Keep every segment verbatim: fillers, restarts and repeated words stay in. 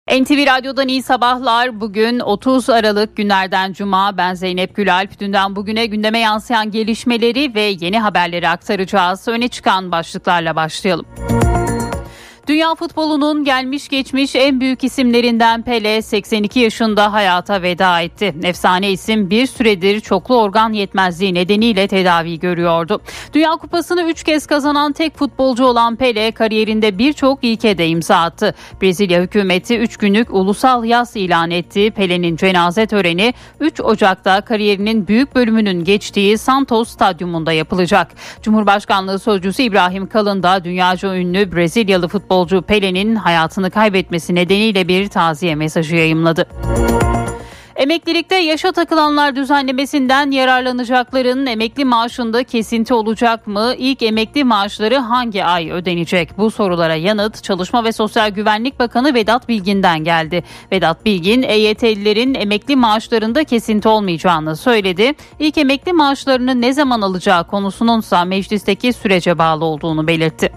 N T V Radyo'dan iyi sabahlar. Bugün otuz Aralık günlerden Cuma. Ben Zeynep Gülalp. Dünden bugüne gündeme yansıyan gelişmeleri ve yeni haberleri aktaracağız. Öne çıkan başlıklarla başlayalım. Dünya futbolunun gelmiş geçmiş en büyük isimlerinden Pele seksen iki yaşında hayata veda etti. Efsane isim bir süredir çoklu organ yetmezliği nedeniyle tedavi görüyordu. Dünya Kupası'nı üç kez kazanan tek futbolcu olan Pele kariyerinde birçok ilke de imza attı. Brezilya hükümeti üç günlük ulusal yas ilan etti. Pele'nin cenaze töreni üç Ocak'ta kariyerinin büyük bölümünün geçtiği Santos Stadyumunda yapılacak. Cumhurbaşkanlığı Sözcüsü İbrahim Kalın da dünyaca ünlü Brezilyalı futbolcu Pele'nin hayatını kaybetmesi nedeniyle bir taziye mesajı yayımladı. Emeklilikte yaşa takılanlar düzenlemesinden yararlanacakların emekli maaşında kesinti olacak mı? İlk emekli maaşları hangi ay ödenecek? Bu sorulara yanıt Çalışma ve Sosyal Güvenlik Bakanı Vedat Bilgin'den geldi. Vedat Bilgin, E Y T'lilerin emekli maaşlarında kesinti olmayacağını söyledi. İlk emekli maaşlarını ne zaman alacağı konusununsa meclisteki sürece bağlı olduğunu belirtti.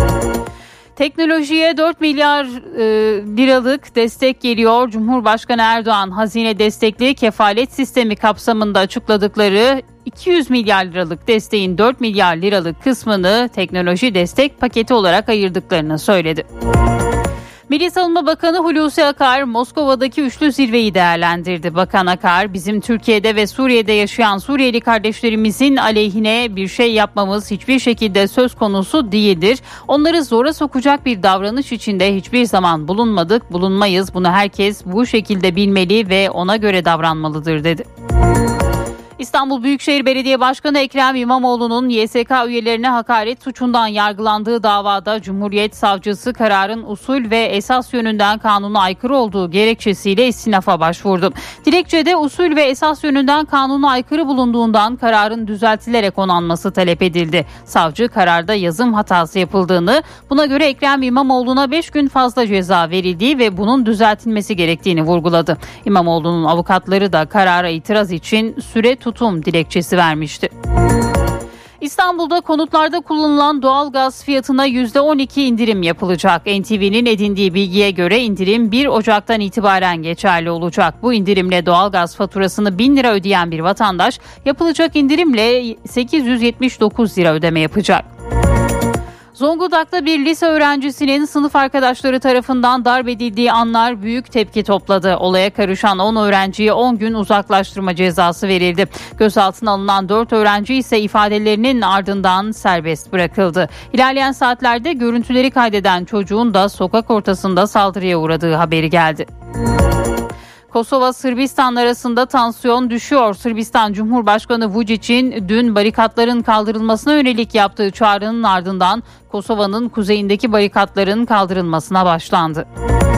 Teknolojiye dört milyar e, liralık destek geliyor. Cumhurbaşkanı Erdoğan hazine destekli kefalet sistemi kapsamında açıkladıkları iki yüz milyar liralık desteğin dört milyar liralık kısmını teknoloji destek paketi olarak ayırdıklarını söyledi. Milli Savunma Bakanı Hulusi Akar, Moskova'daki üçlü zirveyi değerlendirdi. Bakan Akar, bizim Türkiye'de ve Suriye'de yaşayan Suriyeli kardeşlerimizin aleyhine bir şey yapmamız hiçbir şekilde söz konusu değildir. Onları zora sokacak bir davranış içinde hiçbir zaman bulunmadık, bulunmayız. Bunu herkes bu şekilde bilmeli ve ona göre davranmalıdır dedi. İstanbul Büyükşehir Belediye Başkanı Ekrem İmamoğlu'nun Y S K üyelerine hakaret suçundan yargılandığı davada Cumhuriyet Savcısı kararın usul ve esas yönünden kanuna aykırı olduğu gerekçesiyle istinafa başvurdu. Dilekçede usul ve esas yönünden kanuna aykırı bulunduğundan kararın düzeltilerek onanması talep edildi. Savcı kararda yazım hatası yapıldığını, buna göre Ekrem İmamoğlu'na beş gün fazla ceza verildiği ve bunun düzeltilmesi gerektiğini vurguladı. İmamoğlu'nun avukatları da karara itiraz için süre tutum dilekçesi vermişti. İstanbul'da konutlarda kullanılan doğalgaz fiyatına yüzde on iki indirim yapılacak. N T V'nin edindiği bilgiye göre indirim bir Ocak'tan itibaren geçerli olacak. Bu indirimle doğalgaz faturasını bin lira ödeyen bir vatandaş yapılacak indirimle sekiz yüz yetmiş dokuz lira ödeme yapacak. Zonguldak'ta bir lise öğrencisinin sınıf arkadaşları tarafından darp edildiği anlar büyük tepki topladı. Olaya karışan on öğrenciye on gün uzaklaştırma cezası verildi. Gözaltına alınan dört öğrenci ise ifadelerinin ardından serbest bırakıldı. İlerleyen saatlerde görüntüleri kaydeden çocuğun da sokak ortasında saldırıya uğradığı haberi geldi. Kosova Sırbistan arasında tansiyon düşüyor. Sırbistan Cumhurbaşkanı Vučić'in dün barikatların kaldırılmasına yönelik yaptığı çağrının ardından Kosova'nın kuzeyindeki barikatların kaldırılmasına başlandı.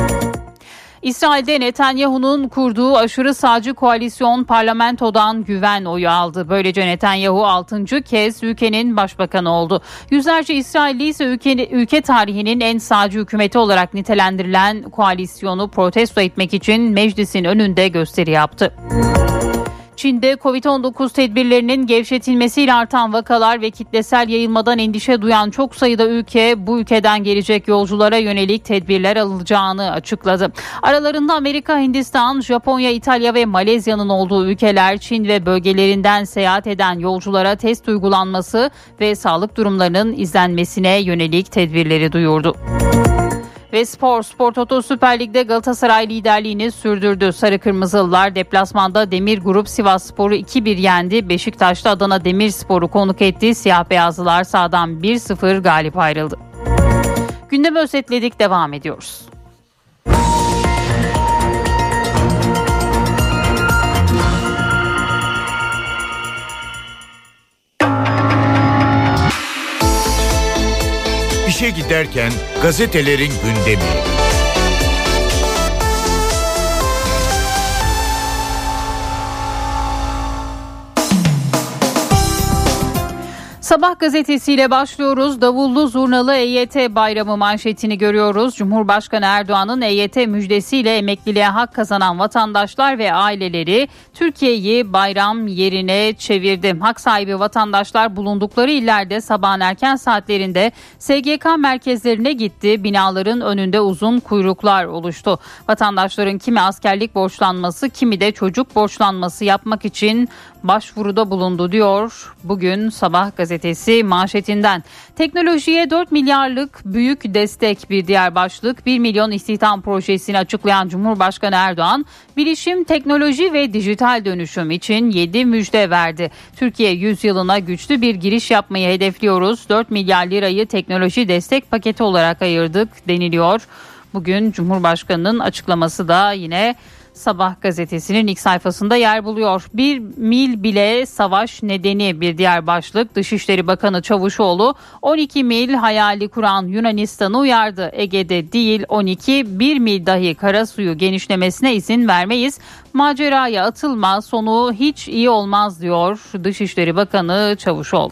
İsrail'de Netanyahu'nun kurduğu aşırı sağcı koalisyon parlamentodan güven oyu aldı. Böylece Netanyahu altıncı kez ülkenin başbakanı oldu. Yüzlerce İsrailli ise ülke, ülke tarihinin en sağcı hükümeti olarak nitelendirilen koalisyonu protesto etmek için meclisin önünde gösteri yaptı. Çin'de kovid on dokuz tedbirlerinin gevşetilmesiyle artan vakalar ve kitlesel yayılmadan endişe duyan çok sayıda ülke bu ülkeden gelecek yolculara yönelik tedbirler alınacağını açıkladı. Aralarında Amerika, Hindistan, Japonya, İtalya ve Malezya'nın olduğu ülkeler Çin ve bölgelerinden seyahat eden yolculara test uygulanması ve sağlık durumlarının izlenmesine yönelik tedbirleri duyurdu. Ve spor, Spor Toto Süper Lig'de Galatasaray liderliğini sürdürdü. Sarı Kırmızılılar deplasmanda Demir Grup Sivasspor'u iki bir yendi. Beşiktaş'ta Adana Demirspor'u konuk etti. Siyah beyazlılar sahadan bir sıfır galip ayrıldı. Gündemi özetledik, devam ediyoruz. İşe giderken gazetelerin gündemi. Sabah gazetesiyle başlıyoruz. Davullu zurnalı E Y T bayramı manşetini görüyoruz. Cumhurbaşkanı Erdoğan'ın E Y T müjdesiyle emekliliğe hak kazanan vatandaşlar ve aileleri Türkiye'yi bayram yerine çevirdi. Hak sahibi vatandaşlar bulundukları illerde sabahın erken saatlerinde S G K merkezlerine gitti. Binaların önünde uzun kuyruklar oluştu. Vatandaşların kimi askerlik borçlanması, kimi de çocuk borçlanması yapmak için başvuruda bulundu diyor bugün Sabah gazetesi manşetinden. Teknolojiye dört milyarlık büyük destek bir diğer başlık. bir milyon istihdam projesini açıklayan Cumhurbaşkanı Erdoğan, bilişim, teknoloji ve dijital dönüşüm için yedi müjde verdi. Türkiye yüzyılına güçlü bir giriş yapmayı hedefliyoruz. dört milyar lirayı teknoloji destek paketi olarak ayırdık deniliyor. Bugün Cumhurbaşkanı'nın açıklaması da yine Sabah gazetesinin ilk sayfasında yer buluyor. Bir mil bile savaş nedeni bir diğer başlık. Dışişleri Bakanı Çavuşoğlu on iki mil hayali kuran Yunanistan'ı uyardı. Ege'de değil on iki, bir mil dahi karasuyu genişlemesine izin vermeyiz. Maceraya atılma, sonu hiç iyi olmaz diyor Dışişleri Bakanı Çavuşoğlu.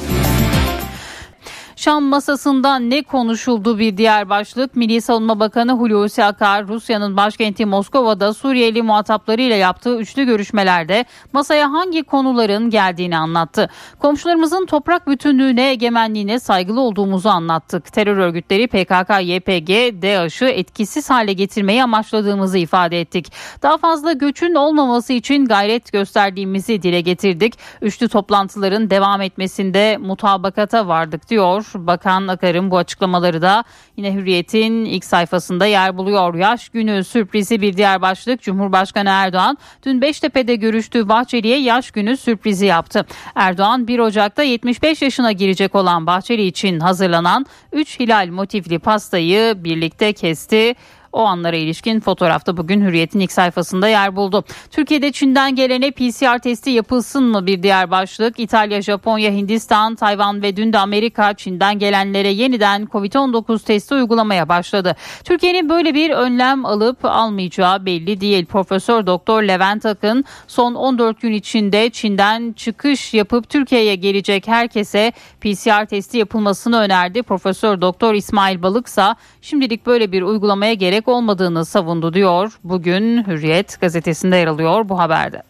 Şam masasında ne konuşuldu bir diğer başlık. Milli Savunma Bakanı Hulusi Akar, Rusya'nın başkenti Moskova'da Suriyeli muhataplarıyla yaptığı üçlü görüşmelerde masaya hangi konuların geldiğini anlattı. Komşularımızın toprak bütünlüğüne, egemenliğine saygılı olduğumuzu anlattık. Terör örgütleri P K K, Y P G, DAEŞ'ı etkisiz hale getirmeyi amaçladığımızı ifade ettik. Daha fazla göçün olmaması için gayret gösterdiğimizi dile getirdik. Üçlü toplantıların devam etmesinde mutabakata vardık diyor Bakan Akar'ın bu açıklamaları da yine Hürriyet'in ilk sayfasında yer buluyor. Yaş günü sürprizi bir diğer başlık. Cumhurbaşkanı Erdoğan dün Beştepe'de görüştüğü Bahçeli'ye yaş günü sürprizi yaptı. Erdoğan bir Ocak'ta yetmiş beş yaşına girecek olan Bahçeli için hazırlanan üç hilal motifli pastayı birlikte kesti. O anlara ilişkin fotoğrafta bugün Hürriyet'in ilk sayfasında yer buldu. Türkiye'de Çin'den gelene P C R testi yapılsın mı bir diğer başlık. İtalya, Japonya, Hindistan, Tayvan ve dün de Amerika Çin'den gelenlere yeniden kovid on dokuz testi uygulamaya başladı. Türkiye'nin böyle bir önlem alıp almayacağı belli değil. Profesör Doktor Levent Akın son on dört gün içinde Çin'den çıkış yapıp Türkiye'ye gelecek herkese P C R testi yapılmasını önerdi. Profesör Doktor İsmail Balıksa şimdilik böyle bir uygulamaya gerek olmadığını savundu diyor. Bugün Hürriyet gazetesinde yer alıyor bu haberde.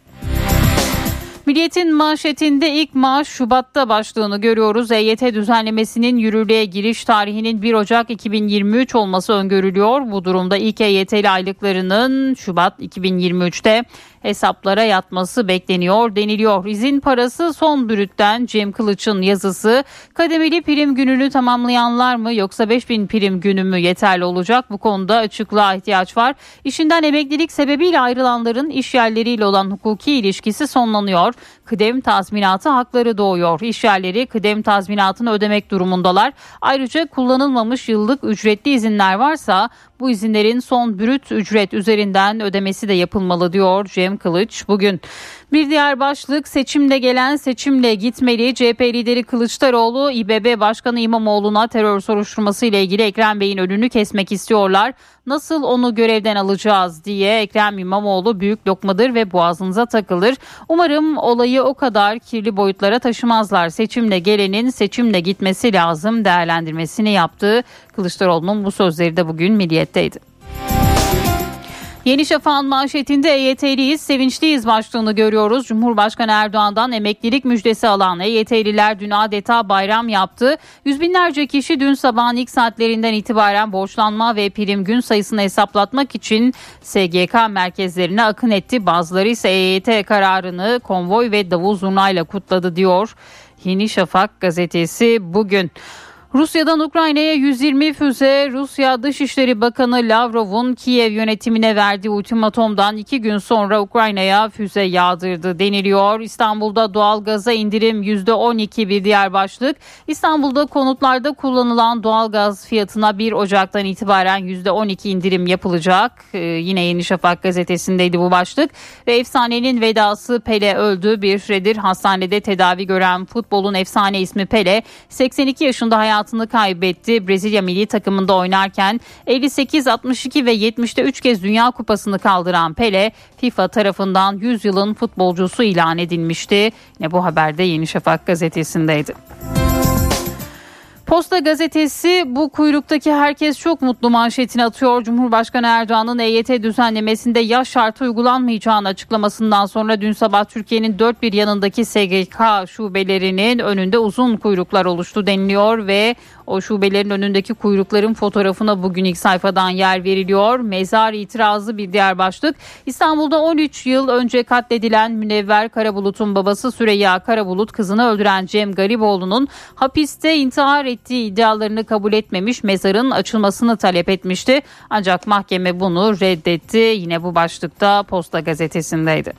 Milliyet'in manşetinde ilk maaş Şubat'ta başlığını görüyoruz. E Y T düzenlemesinin yürürlüğe giriş tarihinin bir Ocak iki bin yirmi üç olması öngörülüyor. Bu durumda ilk E Y T'li aylıklarının Şubat iki bin yirmi üçte hesaplara yatması bekleniyor deniliyor. İzin parası son brütten Cem Kılıç'ın yazısı. Kademeli prim gününü tamamlayanlar mı yoksa beş bin prim günü mü yeterli olacak? Bu konuda açıklığa ihtiyaç var. İşinden emeklilik sebebiyle ayrılanların iş yerleriyle olan hukuki ilişkisi sonlanıyor. Kıdem tazminatı hakları doğuyor. İş yerleri kıdem tazminatını ödemek durumundalar. Ayrıca kullanılmamış yıllık ücretli izinler varsa bu izinlerin son brüt ücret üzerinden ödemesi de yapılmalı diyor Cem Kılıç bugün. Bir diğer başlık seçimle gelen seçimle gitmeli. C H P lideri Kılıçdaroğlu İ B B Başkanı İmamoğlu'na terör soruşturması ile ilgili Ekrem Bey'in önünü kesmek istiyorlar. Nasıl onu görevden alacağız diye Ekrem İmamoğlu büyük lokmadır ve boğazınıza takılır. Umarım olayı o kadar kirli boyutlara taşımazlar. Seçimle gelenin seçimle gitmesi lazım değerlendirmesini yaptı. Kılıçdaroğlu'nun bu sözleri de bugün Milliyet'teydi. Yeni Şafak'ın manşetinde E Y T'liyiz, sevinçliyiz başlığını görüyoruz. Cumhurbaşkanı Erdoğan'dan emeklilik müjdesi alan E Y T'liler dün adeta bayram yaptı. Yüz binlerce kişi dün sabahın ilk saatlerinden itibaren borçlanma ve prim gün sayısını hesaplatmak için S G K merkezlerine akın etti. Bazıları ise E Y T kararını konvoy ve davul zurnayla kutladı diyor Yeni Şafak gazetesi bugün. Rusya'dan Ukrayna'ya yüz yirmi füze. Rusya Dışişleri Bakanı Lavrov'un Kiev yönetimine verdiği ultimatomdan iki gün sonra Ukrayna'ya füze yağdırdı deniliyor. İstanbul'da doğalgaza indirim yüzde on iki bir diğer başlık. İstanbul'da konutlarda kullanılan doğalgaz fiyatına bir Ocak'tan itibaren yüzde on iki indirim yapılacak. Ee, yine Yeni Şafak gazetesindeydi bu başlık. Ve efsanenin vedası Pele öldü. Bir süredir hastanede tedavi gören futbolun efsane ismi Pele seksen iki yaşında hayatını hayatını kaybetti. Brezilya milli takımında oynarken elli sekiz, altmış iki ve yetmişte üç kez Dünya Kupası'nı kaldıran Pele, FIFA tarafından yüz yılın futbolcusu ilan edilmişti. Yine bu haberde Yeni Şafak gazetesindeydi. Posta gazetesi bu kuyruktaki herkes çok mutlu manşetini atıyor. Cumhurbaşkanı Erdoğan'ın E Y T düzenlemesinde yaş şartı uygulanmayacağını açıklamasından sonra dün sabah Türkiye'nin dört bir yanındaki S G K şubelerinin önünde uzun kuyruklar oluştu deniliyor ve o şubelerin önündeki kuyrukların fotoğrafına bugün ilk sayfadan yer veriliyor. Mezar itirazı bir diğer başlık. İstanbul'da on üç yıl önce katledilen Münevver Karabulut'un babası Süreyya Karabulut kızını öldüren Cem Gariboğlu'nun hapiste intihar ettiği iddialarını kabul etmemiş, mezarın açılmasını talep etmişti. Ancak mahkeme bunu reddetti. Yine bu başlıkta Posta gazetesindeydi.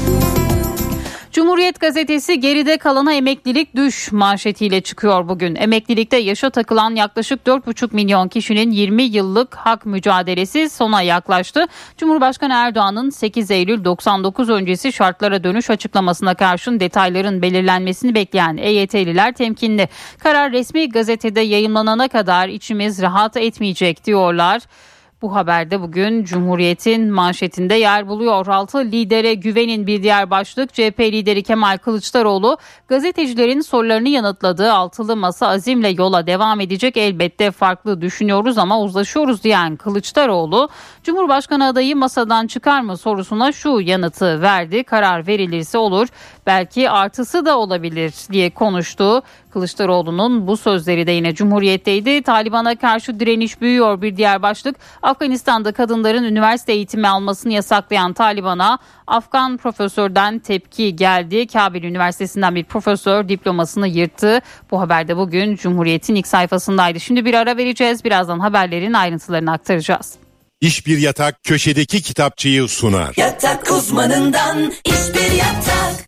Cumhuriyet gazetesi geride kalana emeklilik düş manşetiyle çıkıyor bugün. Emeklilikte yaşa takılan yaklaşık dört buçuk milyon kişinin yirmi yıllık hak mücadelesi sona yaklaştı. Cumhurbaşkanı Erdoğan'ın sekiz Eylül doksan dokuz öncesi şartlara dönüş açıklamasına karşın detayların belirlenmesini bekleyen E Y T'liler temkinli. Karar resmi gazetede yayımlanana kadar içimiz rahat etmeyecek diyorlar. Bu haberde bugün Cumhuriyet'in manşetinde yer buluyor. Altı lidere güvenin bir diğer başlık. C H P lideri Kemal Kılıçdaroğlu gazetecilerin sorularını yanıtladığı altılı masa azimle yola devam edecek. Elbette farklı düşünüyoruz ama uzlaşıyoruz diyen Kılıçdaroğlu Cumhurbaşkanı adayı masadan çıkar mı sorusuna şu yanıtı verdi. Karar verilirse olur, belki artısı da olabilir diye konuştu. Kılıçdaroğlu'nun bu sözleri de yine Cumhuriyet'teydi. Taliban'a karşı direniş büyüyor bir diğer başlık. Afganistan'da kadınların üniversite eğitimi almasını yasaklayan Taliban'a Afgan profesörden tepki geldi. Kabil Üniversitesi'nden bir profesör diplomasını yırttı. Bu haber de bugün Cumhuriyet'in ilk sayfasındaydı. Şimdi bir ara vereceğiz. Birazdan haberlerin ayrıntılarını aktaracağız. İş Bir Yatak köşedeki kitapçıyı sunar. Yatak uzmanından İş Bir Yatak.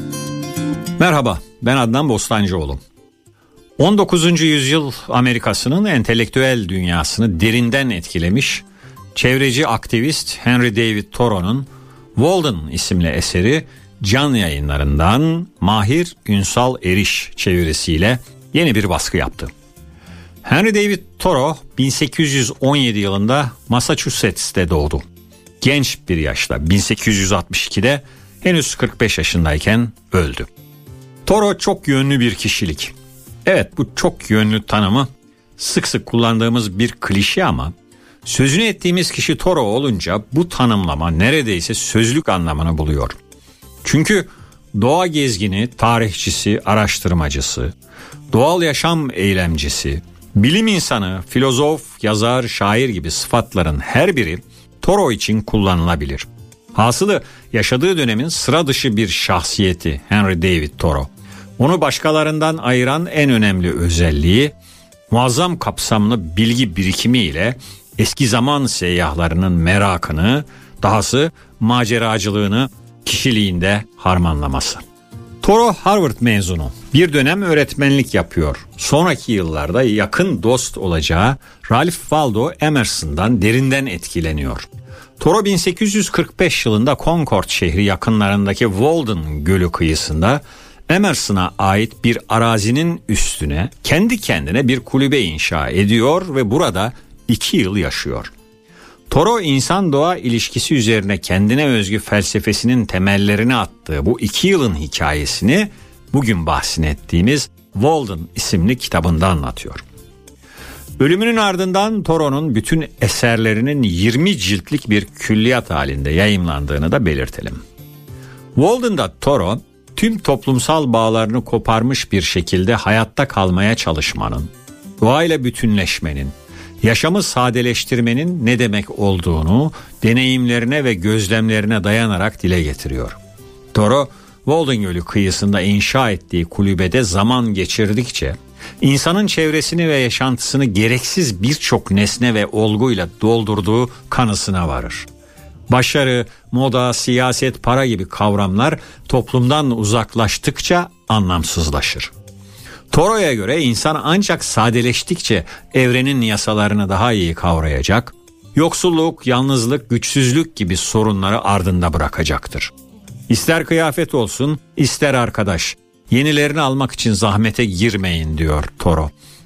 Merhaba, ben Adnan Bostancıoğlu. on dokuzuncu yüzyıl Amerika'sının entelektüel dünyasını derinden etkilemiş çevreci aktivist Henry David Thoreau'nun Walden isimli eseri Can Yayınları'ndan Mahir Ünsal Eriş çevirisiyle yeni bir baskı yaptı. Henry David Thoreau bin sekiz yüz on yedi yılında Massachusetts'te doğdu. Genç bir yaşta bin sekiz yüz altmış ikide henüz kırk beş yaşındayken öldü. Thoreau çok yönlü bir kişilik. Evet, bu çok yönlü tanımı sık sık kullandığımız bir klişe ama sözünü ettiğimiz kişi Thoreau olunca bu tanımlama neredeyse sözlük anlamını buluyor. Çünkü doğa gezgini, tarihçisi, araştırmacısı, doğal yaşam eylemcisi, bilim insanı, filozof, yazar, şair gibi sıfatların her biri Thoreau için kullanılabilir. Hasılı yaşadığı dönemin sıra dışı bir şahsiyeti Henry David Thoreau. Onu başkalarından ayıran en önemli özelliği muazzam kapsamlı bilgi birikimiyle eski zaman seyyahlarının merakını, dahası maceracılığını kişiliğinde harmanlaması. Thoreau Harvard mezunu, bir dönem öğretmenlik yapıyor. Sonraki yıllarda yakın dost olacağı Ralph Waldo Emerson'dan derinden etkileniyor. Thoreau bin sekiz yüz kırk beş yılında Concord şehri yakınlarındaki Walden Gölü kıyısında Emerson'a ait bir arazinin üstüne kendi kendine bir kulübe inşa ediyor ve burada iki yıl yaşıyor. Thoreau insan-doğa ilişkisi üzerine kendine özgü felsefesinin temellerini attığı bu iki yılın hikayesini bugün bahsini ettiğimiz Walden isimli kitabında anlatıyor. Ölümünün ardından Thoreau'nun bütün eserlerinin yirmi ciltlik bir külliyat halinde yayımlandığını da belirtelim. Walden'da Thoreau tüm toplumsal bağlarını koparmış bir şekilde hayatta kalmaya çalışmanın, doğayla bütünleşmenin, yaşamı sadeleştirmenin ne demek olduğunu deneyimlerine ve gözlemlerine dayanarak dile getiriyor. Thoreau, Walden Gölü kıyısında inşa ettiği kulübede zaman geçirdikçe, insanın çevresini ve yaşantısını gereksiz birçok nesne ve olguyla doldurduğu kanısına varır. Başarı, moda, siyaset, para gibi kavramlar toplumdan uzaklaştıkça anlamsızlaşır. Thoreau'ya göre insan ancak sadeleştikçe evrenin yasalarını daha iyi kavrayacak, yoksulluk, yalnızlık, güçsüzlük gibi sorunları ardında bırakacaktır. İster kıyafet olsun, ister arkadaş, yenilerini almak için zahmete girmeyin diyor Thoreau.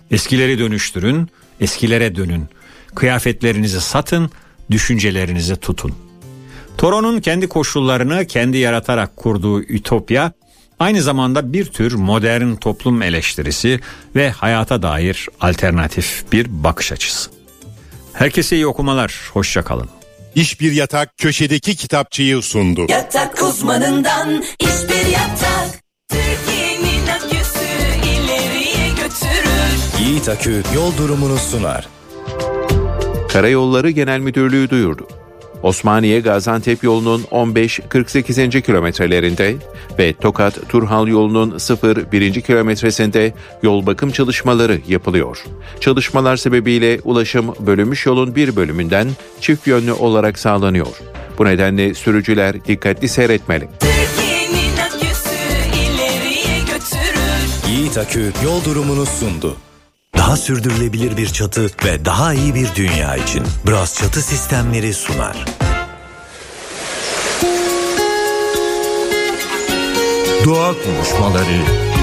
Eskileri dönüştürün, eskilere dönün. Kıyafetlerinizi satın, düşüncelerinizi tutun. Thoreau'nun kendi koşullarını kendi yaratarak kurduğu ütopya, aynı zamanda bir tür modern toplum eleştirisi ve hayata dair alternatif bir bakış açısı. Herkese iyi okumalar, hoşça kalın. İş Bir Yatak köşedeki kitapçıyı sundu. Yatak uzmanından iş bir yatak. Türkiye'nin aküsü ileriye götürür. Yiğit Akü yol durumunu sunar. Karayolları Genel Müdürlüğü duyurdu. Osmaniye-Gaziantep yolunun on beş kırk sekizinci kilometrelerinde ve Tokat-Turhal yolunun sıfır birinci kilometresinde yol bakım çalışmaları yapılıyor. Çalışmalar sebebiyle ulaşım bölünmüş yolun bir bölümünden çift yönlü olarak sağlanıyor. Bu nedenle sürücüler dikkatli seyretmeli. Türkiye'nin aküsü ileriye götürür. Yiğit Akü yol durumunu sundu. Daha sürdürülebilir bir çatı ve daha iyi bir dünya için Bras Çatı Sistemleri sunar. Doğa konuşmaları.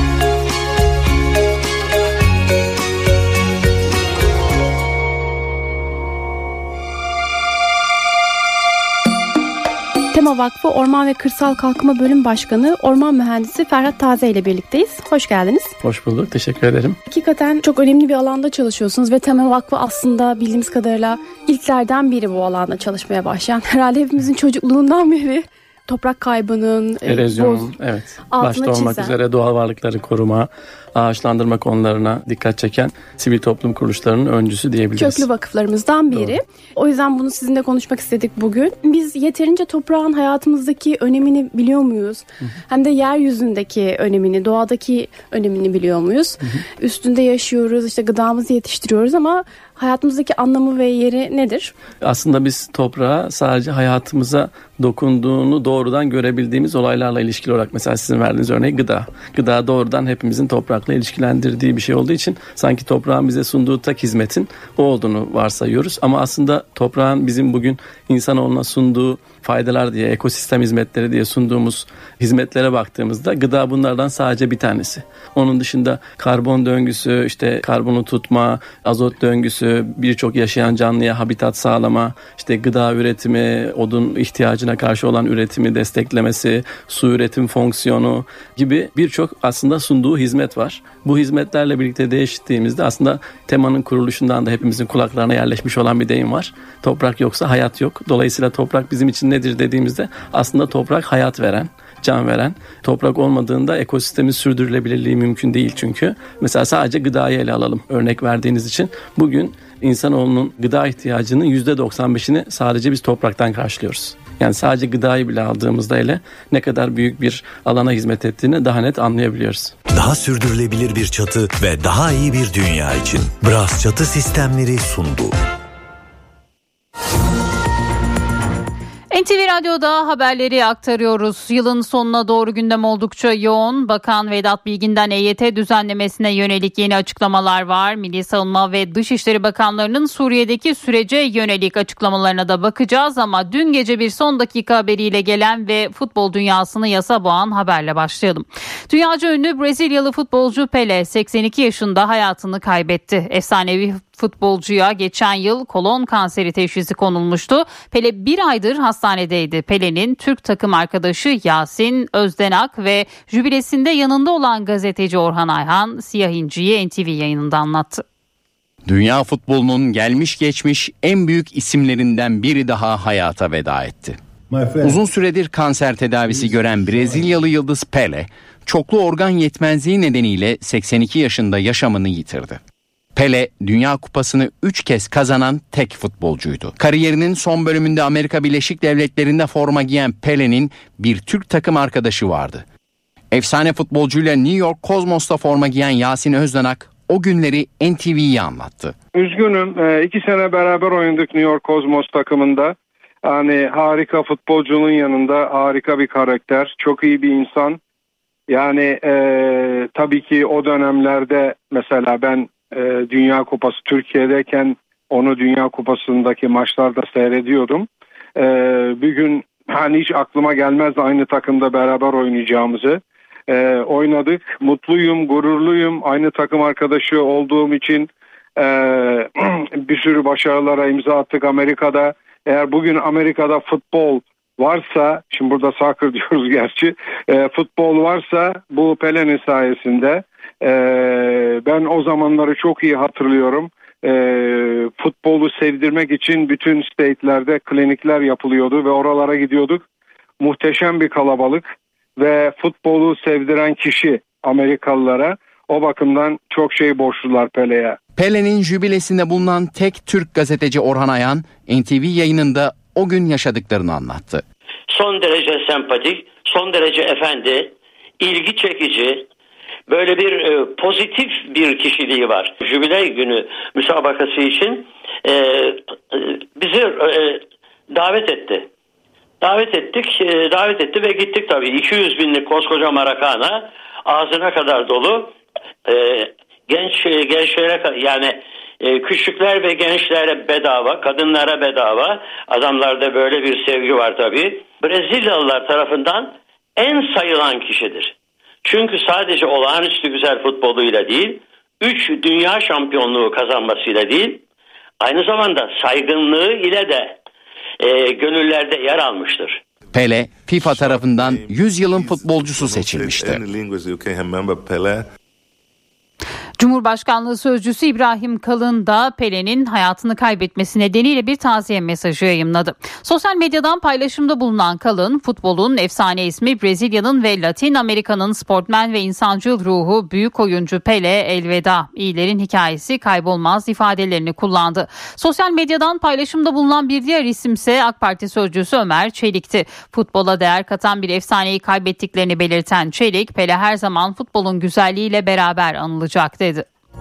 Tema Vakfı Orman ve Kırsal Kalkınma Bölüm Başkanı Orman Mühendisi Ferhat Taze ile birlikteyiz. Hoş geldiniz. Hoş bulduk. Teşekkür ederim. Hakikaten çok önemli bir alanda çalışıyorsunuz ve Tema Vakfı aslında bildiğimiz kadarıyla ilklerden biri bu alanda çalışmaya başlayan. Herhalde hepimizin çocukluğundan beri toprak kaybının, erozyonun, boz, evet, başta olmak çizen. üzere doğal varlıkları koruma, ağaçlandırma konularına dikkat çeken sivil toplum kuruluşlarının öncüsü diyebiliriz. Köklü vakıflarımızdan biri. Doğru. O yüzden bunu sizinle konuşmak istedik bugün. Biz yeterince toprağın hayatımızdaki önemini biliyor muyuz? Hı hı. Hem de yeryüzündeki önemini, doğadaki önemini biliyor muyuz? Hı hı. Üstünde yaşıyoruz, işte gıdamızı yetiştiriyoruz ama hayatımızdaki anlamı ve yeri nedir? Aslında biz toprağa sadece hayatımıza dokunduğunu doğrudan görebildiğimiz olaylarla ilişkili olarak, mesela sizin verdiğiniz örneği gıda. Gıda doğrudan hepimizin toprakla ilişkilendirdiği bir şey olduğu için sanki toprağın bize sunduğu tek hizmetin o olduğunu varsayıyoruz. Ama aslında toprağın bizim bugün insanoğluna sunduğu faydalar diye, ekosistem hizmetleri diye sunduğumuz hizmetlere baktığımızda gıda bunlardan sadece bir tanesi. Onun dışında karbon döngüsü, işte karbonu tutma, azot döngüsü, birçok yaşayan canlıya habitat sağlama, işte gıda üretimi, odun ihtiyacına karşı olan üretimi desteklemesi, su üretim fonksiyonu gibi birçok aslında sunduğu hizmet var. Bu hizmetlerle birlikte değiştiğimizde aslında temanın kuruluşundan da hepimizin kulaklarına yerleşmiş olan bir deyim var. Toprak yoksa hayat yok. Dolayısıyla toprak bizim için nedir dediğimizde aslında toprak hayat veren, can veren. Toprak olmadığında ekosistemin sürdürülebilirliği mümkün değil çünkü. Mesela sadece gıdayı ele alalım örnek verdiğiniz için. Bugün insanoğlunun gıda ihtiyacının yüzde doksan beşini sadece biz topraktan karşılıyoruz. Yani sadece gıdayı bile aldığımızda hele ne kadar büyük bir alana hizmet ettiğini daha net anlayabiliyoruz. Daha sürdürülebilir bir çatı ve daha iyi bir dünya için Bras Çatı Sistemleri sundu. N T V Radyo'da haberleri aktarıyoruz. Yılın sonuna doğru gündem oldukça yoğun. Bakan Vedat Bilgin'den E Y T düzenlemesine yönelik yeni açıklamalar var. Milli Savunma ve Dışişleri Bakanlarının Suriye'deki sürece yönelik açıklamalarına da bakacağız. Ama dün gece bir son dakika haberiyle gelen ve futbol dünyasını yasa boğan haberle başlayalım. Dünyaca ünlü Brezilyalı futbolcu Pelé seksen iki yaşında hayatını kaybetti. Efsanevi futbolcuya geçen yıl kolon kanseri teşhisi konulmuştu. Pelé bir aydır hastanedeydi. Pelé'nin Türk takım arkadaşı Yasin Özdenak ve jübilesinde yanında olan gazeteci Orhan Ayhan Siyah İnci'yi N T V yayınında anlattı. Dünya futbolunun gelmiş geçmiş en büyük isimlerinden biri daha hayata veda etti. Uzun süredir kanser tedavisi gören Brezilyalı yıldız Pelé, çoklu organ yetmezliği nedeniyle seksen iki yaşında yaşamını yitirdi. Pelé, Dünya Kupası'nı üç kez kazanan tek futbolcuydu. Kariyerinin son bölümünde Amerika Birleşik Devletleri'nde forma giyen Pelé'nin bir Türk takım arkadaşı vardı. Efsane futbolcuyla New York Cosmos'ta forma giyen Yasin Özdenak o günleri N T V'ye anlattı. Üzgünüm, iki sene beraber oynadık New York Cosmos takımında. Yani harika futbolcunun yanında harika bir karakter, çok iyi bir insan. Yani e, tabii ki o dönemlerde mesela ben e, Dünya Kupası Türkiye'deyken onu Dünya Kupası'ndaki maçlarda seyrediyordum. E, bir gün hani hiç aklıma gelmezdi aynı takımda beraber oynayacağımızı. e, oynadık. Mutluyum, gururluyum. Aynı takım arkadaşı olduğum için e, bir sürü başarılara imza attık Amerika'da. Eğer bugün Amerika'da futbol varsa, şimdi burada soccer diyoruz gerçi, e, futbol varsa bu Pele'nin sayesinde. E, ben o zamanları çok iyi hatırlıyorum. E, futbolu sevdirmek için bütün state'lerde klinikler yapılıyordu ve oralara gidiyorduk. Muhteşem bir kalabalık ve futbolu sevdiren kişi Amerikalılara. O bakımdan çok şey borçlular Pele'ye. Pele'nin jübilesinde bulunan tek Türk gazeteci Orhan Ayan, N T V yayınında o gün yaşadıklarını anlattı. Son derece sempatik, son derece efendi, ilgi çekici, böyle bir e, pozitif bir kişiliği var. Jübile günü müsabakası için e, e, bizi e, davet etti. Davet ettik, e, davet etti ve gittik tabii. iki yüz binlik koskoca Marakana, ağzına kadar dolu. E, genç e, gençlere, yani e, küçükler ve gençlere bedava, kadınlara bedava. Adamlarda böyle bir sevgi var tabii. Brezilyalılar tarafından en sayılan kişidir. Çünkü sadece olağanüstü güzel futboluyla değil, üç dünya şampiyonluğu kazanmasıyla değil, aynı zamanda saygınlığı ile de e, gönüllerde yer almıştır. Pele, FIFA tarafından yüz yılın futbolcusu seçilmişti. Cumhurbaşkanlığı Sözcüsü İbrahim Kalın da Pele'nin hayatını kaybetmesi nedeniyle bir taziye mesajı yayımladı. Sosyal medyadan paylaşımda bulunan Kalın, futbolun efsane ismi Brezilya'nın ve Latin Amerika'nın sportmen ve insancıl ruhu büyük oyuncu Pele elveda, iyilerin hikayesi kaybolmaz ifadelerini kullandı. Sosyal medyadan paylaşımda bulunan bir diğer isimse AK Parti Sözcüsü Ömer Çelik'ti. Futbola değer katan bir efsaneyi kaybettiklerini belirten Çelik, Pele her zaman futbolun güzelliğiyle beraber anılacak dedi.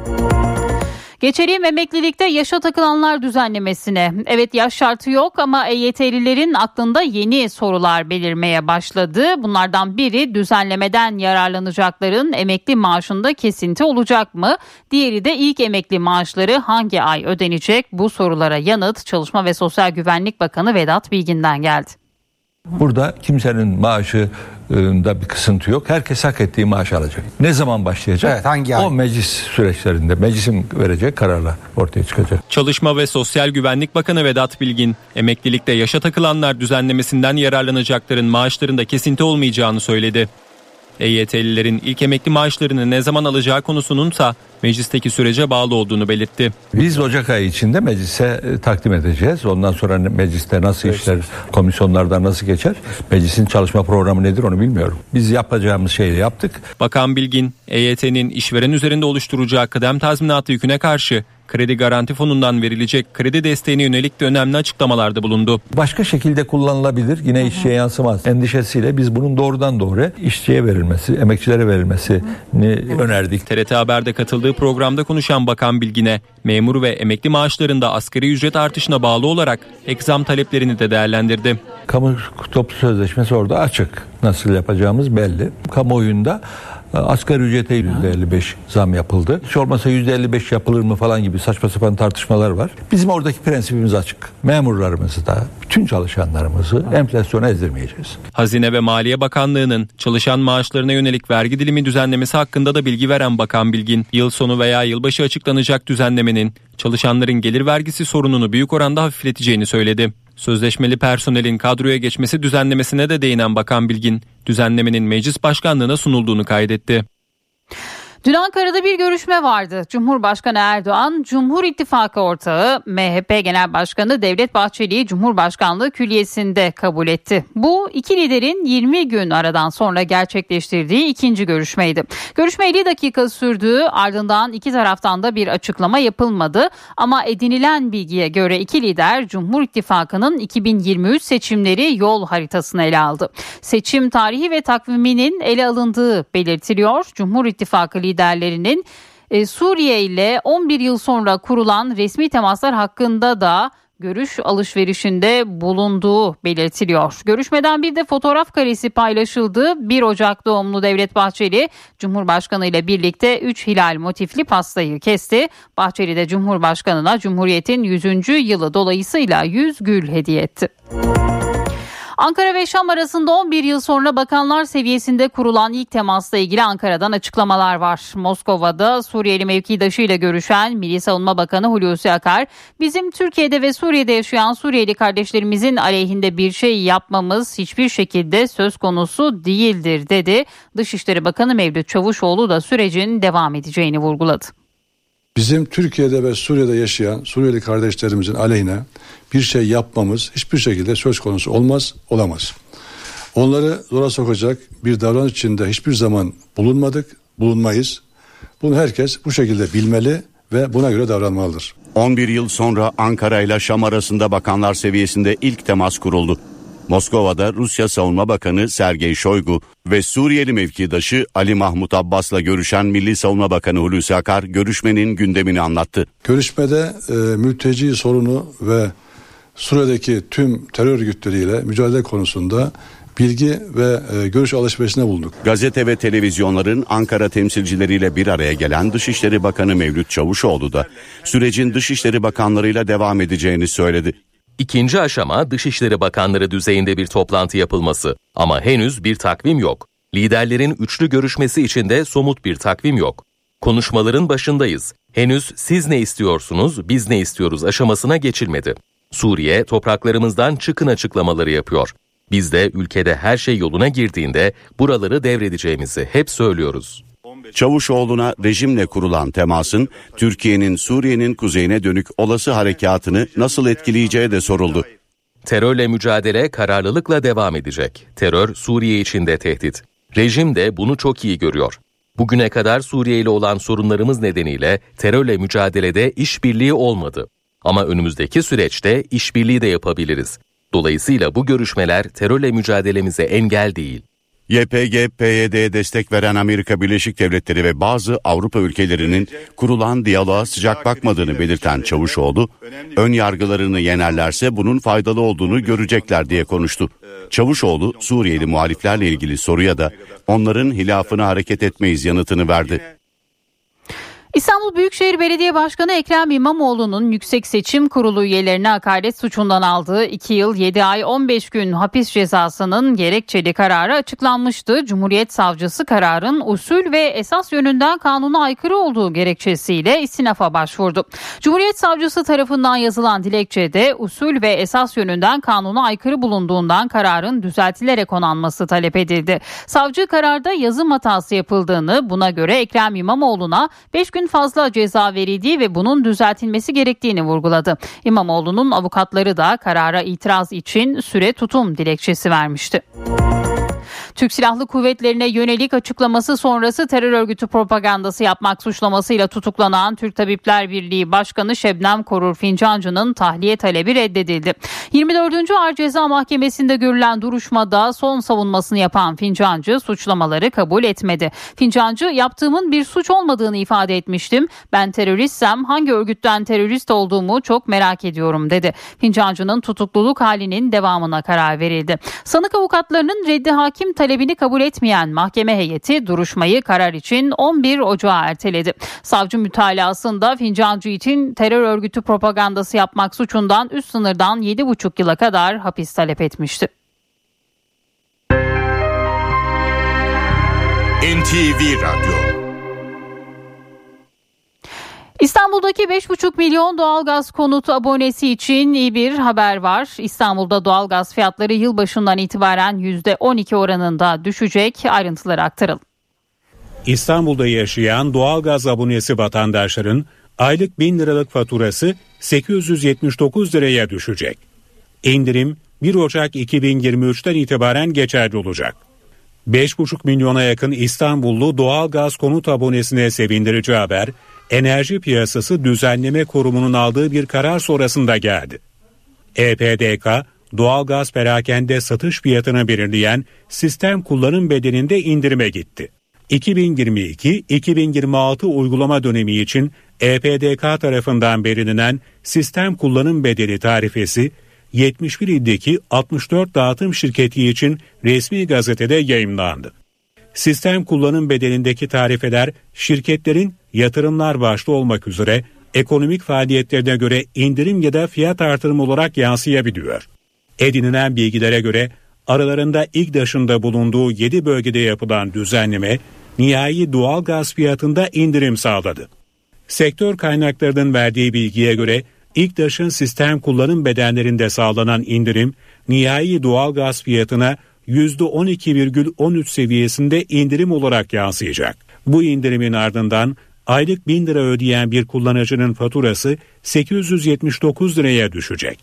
Geçelim emeklilikte yaşa takılanlar düzenlemesine. Evet, yaş şartı yok ama E Y T'lilerin aklında yeni sorular belirmeye başladı. Bunlardan biri düzenlemeden yararlanacakların emekli maaşında kesinti olacak mı? Diğeri de ilk emekli maaşları hangi ay ödenecek? Bu sorulara yanıt Çalışma ve Sosyal Güvenlik Bakanı Vedat Bilgin'den geldi. Burada kimsenin maaşında bir kısıntı yok. Herkes hak ettiği maaşı alacak. Ne zaman başlayacak? Evet, hangi ay? O meclis süreçlerinde meclisin vereceği kararla ortaya çıkacak. Çalışma ve Sosyal Güvenlik Bakanı Vedat Bilgin, emeklilikte yaşa takılanlar düzenlemesinden yararlanacakların maaşlarında kesinti olmayacağını söyledi. E Y T'lilerin ilk emekli maaşlarını ne zaman alacağı konusununsa meclisteki sürece bağlı olduğunu belirtti. Biz Ocak ayı içinde meclise e, takdim edeceğiz. Ondan sonra mecliste nasıl evet. işler, komisyonlardan nasıl geçer? Meclisin çalışma programı nedir onu bilmiyorum. Biz yapacağımız şeyi yaptık. Bakan Bilgin, E Y T'nin işveren üzerinde oluşturacağı kıdem tazminatı yüküne karşı Kredi Garanti Fonu'ndan verilecek kredi desteğine yönelik de önemli açıklamalarda bulundu. Başka şekilde kullanılabilir, yine Hı-hı. işçiye yansımaz endişesiyle biz bunun doğrudan doğruya işçiye verilmesi, emekçilere verilmesini Hı-hı. önerdik. T R T Haber'de katıldığı programda konuşan Bakan Bilgin'e memur ve emekli maaşlarında asgari ücret artışına bağlı olarak ek zam taleplerini de değerlendirdi. Kamu toplu sözleşmesi orada açık. Nasıl yapacağımız belli. Kamuoyunda asgari ücrete yüzde elli beş zam yapıldı. Hiç olmasa yüzde elli beş yapılır mı falan gibi saçma sapan tartışmalar var. Bizim oradaki prensibimiz açık. Memurlarımızı da bütün çalışanlarımızı enflasyona ezdirmeyeceğiz. Hazine ve Maliye Bakanlığı'nın çalışan maaşlarına yönelik vergi dilimi düzenlemesi hakkında da bilgi veren Bakan Bilgin, yıl sonu veya yılbaşı açıklanacak düzenlemenin çalışanların gelir vergisi sorununu büyük oranda hafifleteceğini söyledi. Sözleşmeli personelin kadroya geçmesi düzenlemesine de değinen Bakan Bilgin, düzenlemenin meclis başkanlığına sunulduğunu kaydetti. Dün Ankara'da bir görüşme vardı. Cumhurbaşkanı Erdoğan, Cumhur İttifakı ortağı M H P Genel Başkanı Devlet Bahçeli'yi Cumhurbaşkanlığı Külliyesi'nde kabul etti. Bu iki liderin yirmi gün aradan sonra gerçekleştirdiği ikinci görüşmeydi. Görüşme elli dakika sürdü, ardından iki taraftan da bir açıklama yapılmadı. Ama edinilen bilgiye göre iki lider Cumhur İttifakı'nın iki bin yirmi üç seçimleri yol haritasını ele aldı. Seçim tarihi ve takviminin ele alındığı belirtiliyor. Cumhur İttifakı liderlerinin e, Suriye ile on bir yıl sonra kurulan resmi temaslar hakkında da görüş alışverişinde bulunduğu belirtiliyor. Görüşmeden bir de fotoğraf karesi paylaşıldı. bir Ocak doğumlu Devlet Bahçeli, Cumhurbaşkanı ile birlikte üç hilal motifli pastayı kesti. Bahçeli de Cumhurbaşkanı'na Cumhuriyet'in yüzüncü yılı dolayısıyla yüz gül hediye etti. Ankara ve Şam arasında on bir yıl sonra bakanlar seviyesinde kurulan ilk temasla ilgili Ankara'dan açıklamalar var. Moskova'da Suriyeli mevkidaşıyla görüşen Milli Savunma Bakanı Hulusi Akar, bizim Türkiye'de ve Suriye'de yaşayan Suriyeli kardeşlerimizin aleyhinde bir şey yapmamız hiçbir şekilde söz konusu değildir dedi. Dışişleri Bakanı Mevlüt Çavuşoğlu da sürecin devam edeceğini vurguladı. Bizim Türkiye'de ve Suriye'de yaşayan Suriyeli kardeşlerimizin aleyhine bir şey yapmamız hiçbir şekilde söz konusu olmaz, olamaz. Onları zora sokacak bir davranış içinde hiçbir zaman bulunmadık, bulunmayız. Bunu herkes bu şekilde bilmeli ve buna göre davranmalıdır. on bir yıl sonra Ankara ile Şam arasında bakanlar seviyesinde ilk temas kuruldu. Moskova'da Rusya Savunma Bakanı Sergey Shoigu ve Suriyeli mevkidaşı Ali Mahmut Abbas'la görüşen Milli Savunma Bakanı Hulusi Akar görüşmenin gündemini anlattı. Görüşmede e, mülteci sorunu ve Suriye'deki tüm terör örgütleriyle mücadele konusunda bilgi ve e, görüş alışverişine bulunduk. Gazete ve televizyonların Ankara temsilcileriyle bir araya gelen Dışişleri Bakanı Mevlüt Çavuşoğlu da sürecin Dışişleri Bakanlarıyla devam edeceğini söyledi. İkinci aşama Dışişleri Bakanları düzeyinde bir toplantı yapılması ama henüz bir takvim yok. Liderlerin üçlü görüşmesi için de somut bir takvim yok. Konuşmaların başındayız. Henüz siz ne istiyorsunuz, biz ne istiyoruz aşamasına geçilmedi. Suriye topraklarımızdan çıkın açıklamaları yapıyor. Biz de ülkede her şey yoluna girdiğinde buraları devredeceğimizi hep söylüyoruz. Çavuşoğlu'na rejimle kurulan temasın Türkiye'nin Suriye'nin kuzeyine dönük olası harekatını nasıl etkileyeceği de soruldu. Terörle mücadele kararlılıkla devam edecek. Terör Suriye için de tehdit. Rejim de bunu çok iyi görüyor. Bugüne kadar Suriye ile olan sorunlarımız nedeniyle terörle mücadelede işbirliği olmadı. Ama önümüzdeki süreçte işbirliği de yapabiliriz. Dolayısıyla bu görüşmeler terörle mücadelemize engel değil. Y P G P Y D'ye destek veren Amerika Birleşik Devletleri ve bazı Avrupa ülkelerinin kurulan diyaloğa sıcak bakmadığını belirten Çavuşoğlu, ön yargılarını yenerlerse bunun faydalı olduğunu görecekler diye konuştu. Çavuşoğlu, Suriyeli muhaliflerle ilgili soruya da onların hilafına hareket etmeyiz yanıtını verdi. İstanbul Büyükşehir Belediye Başkanı Ekrem İmamoğlu'nun Yüksek Seçim Kurulu üyelerine hakaret suçundan aldığı iki yıl yedi ay on beş gün hapis cezasının gerekçeli kararı açıklanmıştı. Cumhuriyet Savcısı kararın usul ve esas yönünden kanuna aykırı olduğu gerekçesiyle istinafa başvurdu. Cumhuriyet Savcısı tarafından yazılan dilekçede usul ve esas yönünden kanuna aykırı bulunduğundan kararın düzeltilerek onanması talep edildi. Savcı kararda yazım hatası yapıldığını, buna göre Ekrem İmamoğlu'na beş gün fazla ceza verildiği ve bunun düzeltilmesi gerektiğini vurguladı. İmamoğlu'nun avukatları da karara itiraz için süre tutum dilekçesi vermişti. Türk Silahlı Kuvvetleri'ne yönelik açıklaması sonrası terör örgütü propagandası yapmak suçlamasıyla tutuklanan Türk Tabipler Birliği Başkanı Şebnem Korur Fincancı'nın tahliye talebi reddedildi. yirmi dördüncü Ağır Ceza Mahkemesi'nde görülen duruşmada son savunmasını yapan Fincancı suçlamaları kabul etmedi. Fincancı, yaptığımın bir suç olmadığını ifade etmiştim. Ben teröristsem hangi örgütten terörist olduğumu çok merak ediyorum dedi. Fincancı'nın tutukluluk halinin devamına karar verildi. Sanık avukatlarının reddi hakim talebini kabul etmeyen mahkeme heyeti duruşmayı karar için on bir Ocağı erteledi. Savcı mütalasında Fincancı için terör örgütü propagandası yapmak suçundan üst sınırdan yedi buçuk yıla kadar hapis talep etmişti. N T V Radyo. İstanbul'daki beş buçuk milyon doğalgaz konutu abonesi için iyi bir haber var. İstanbul'da doğalgaz fiyatları yılbaşından itibaren yüzde on iki oranında düşecek. Ayrıntıları aktaralım. İstanbul'da yaşayan doğalgaz abonesi vatandaşların aylık bin liralık faturası sekiz yüz yetmiş dokuz liraya düşecek. İndirim bir Ocak iki bin yirmi üçten itibaren geçerli olacak. beş buçuk milyona yakın İstanbullu doğalgaz konut abonesine sevindirici haber, Enerji Piyasası Düzenleme Kurumu'nun aldığı bir karar sonrasında geldi. E P D K, doğalgaz perakende satış fiyatını belirleyen sistem kullanım bedelinde indirime gitti. iki bin yirmi iki iki bin yirmi altı uygulama dönemi için E P D K tarafından belirlenen sistem kullanım bedeli tarifesi, yetmiş bir ildeki altmış dört dağıtım şirketi için resmi gazetede yayımlandı. Sistem kullanım bedelindeki tarifeler şirketlerin yatırımlar başta olmak üzere ekonomik faaliyetlerine göre indirim ya da fiyat artırımı olarak yansıyabiliyor. Edinilen bilgilere göre aralarında İGDAŞ'ın bulunduğu yedi bölgede yapılan düzenleme nihai doğal gaz fiyatında indirim sağladı. Sektör kaynaklarının verdiği bilgiye göre İGDAŞ'ın sistem kullanım bedellerinde sağlanan indirim nihai doğal gaz fiyatına yüzde on iki virgül on üç seviyesinde indirim olarak yansıyacak. Bu indirimin ardından aylık bin lira ödeyen bir kullanıcının faturası sekiz yüz yetmiş dokuz liraya düşecek.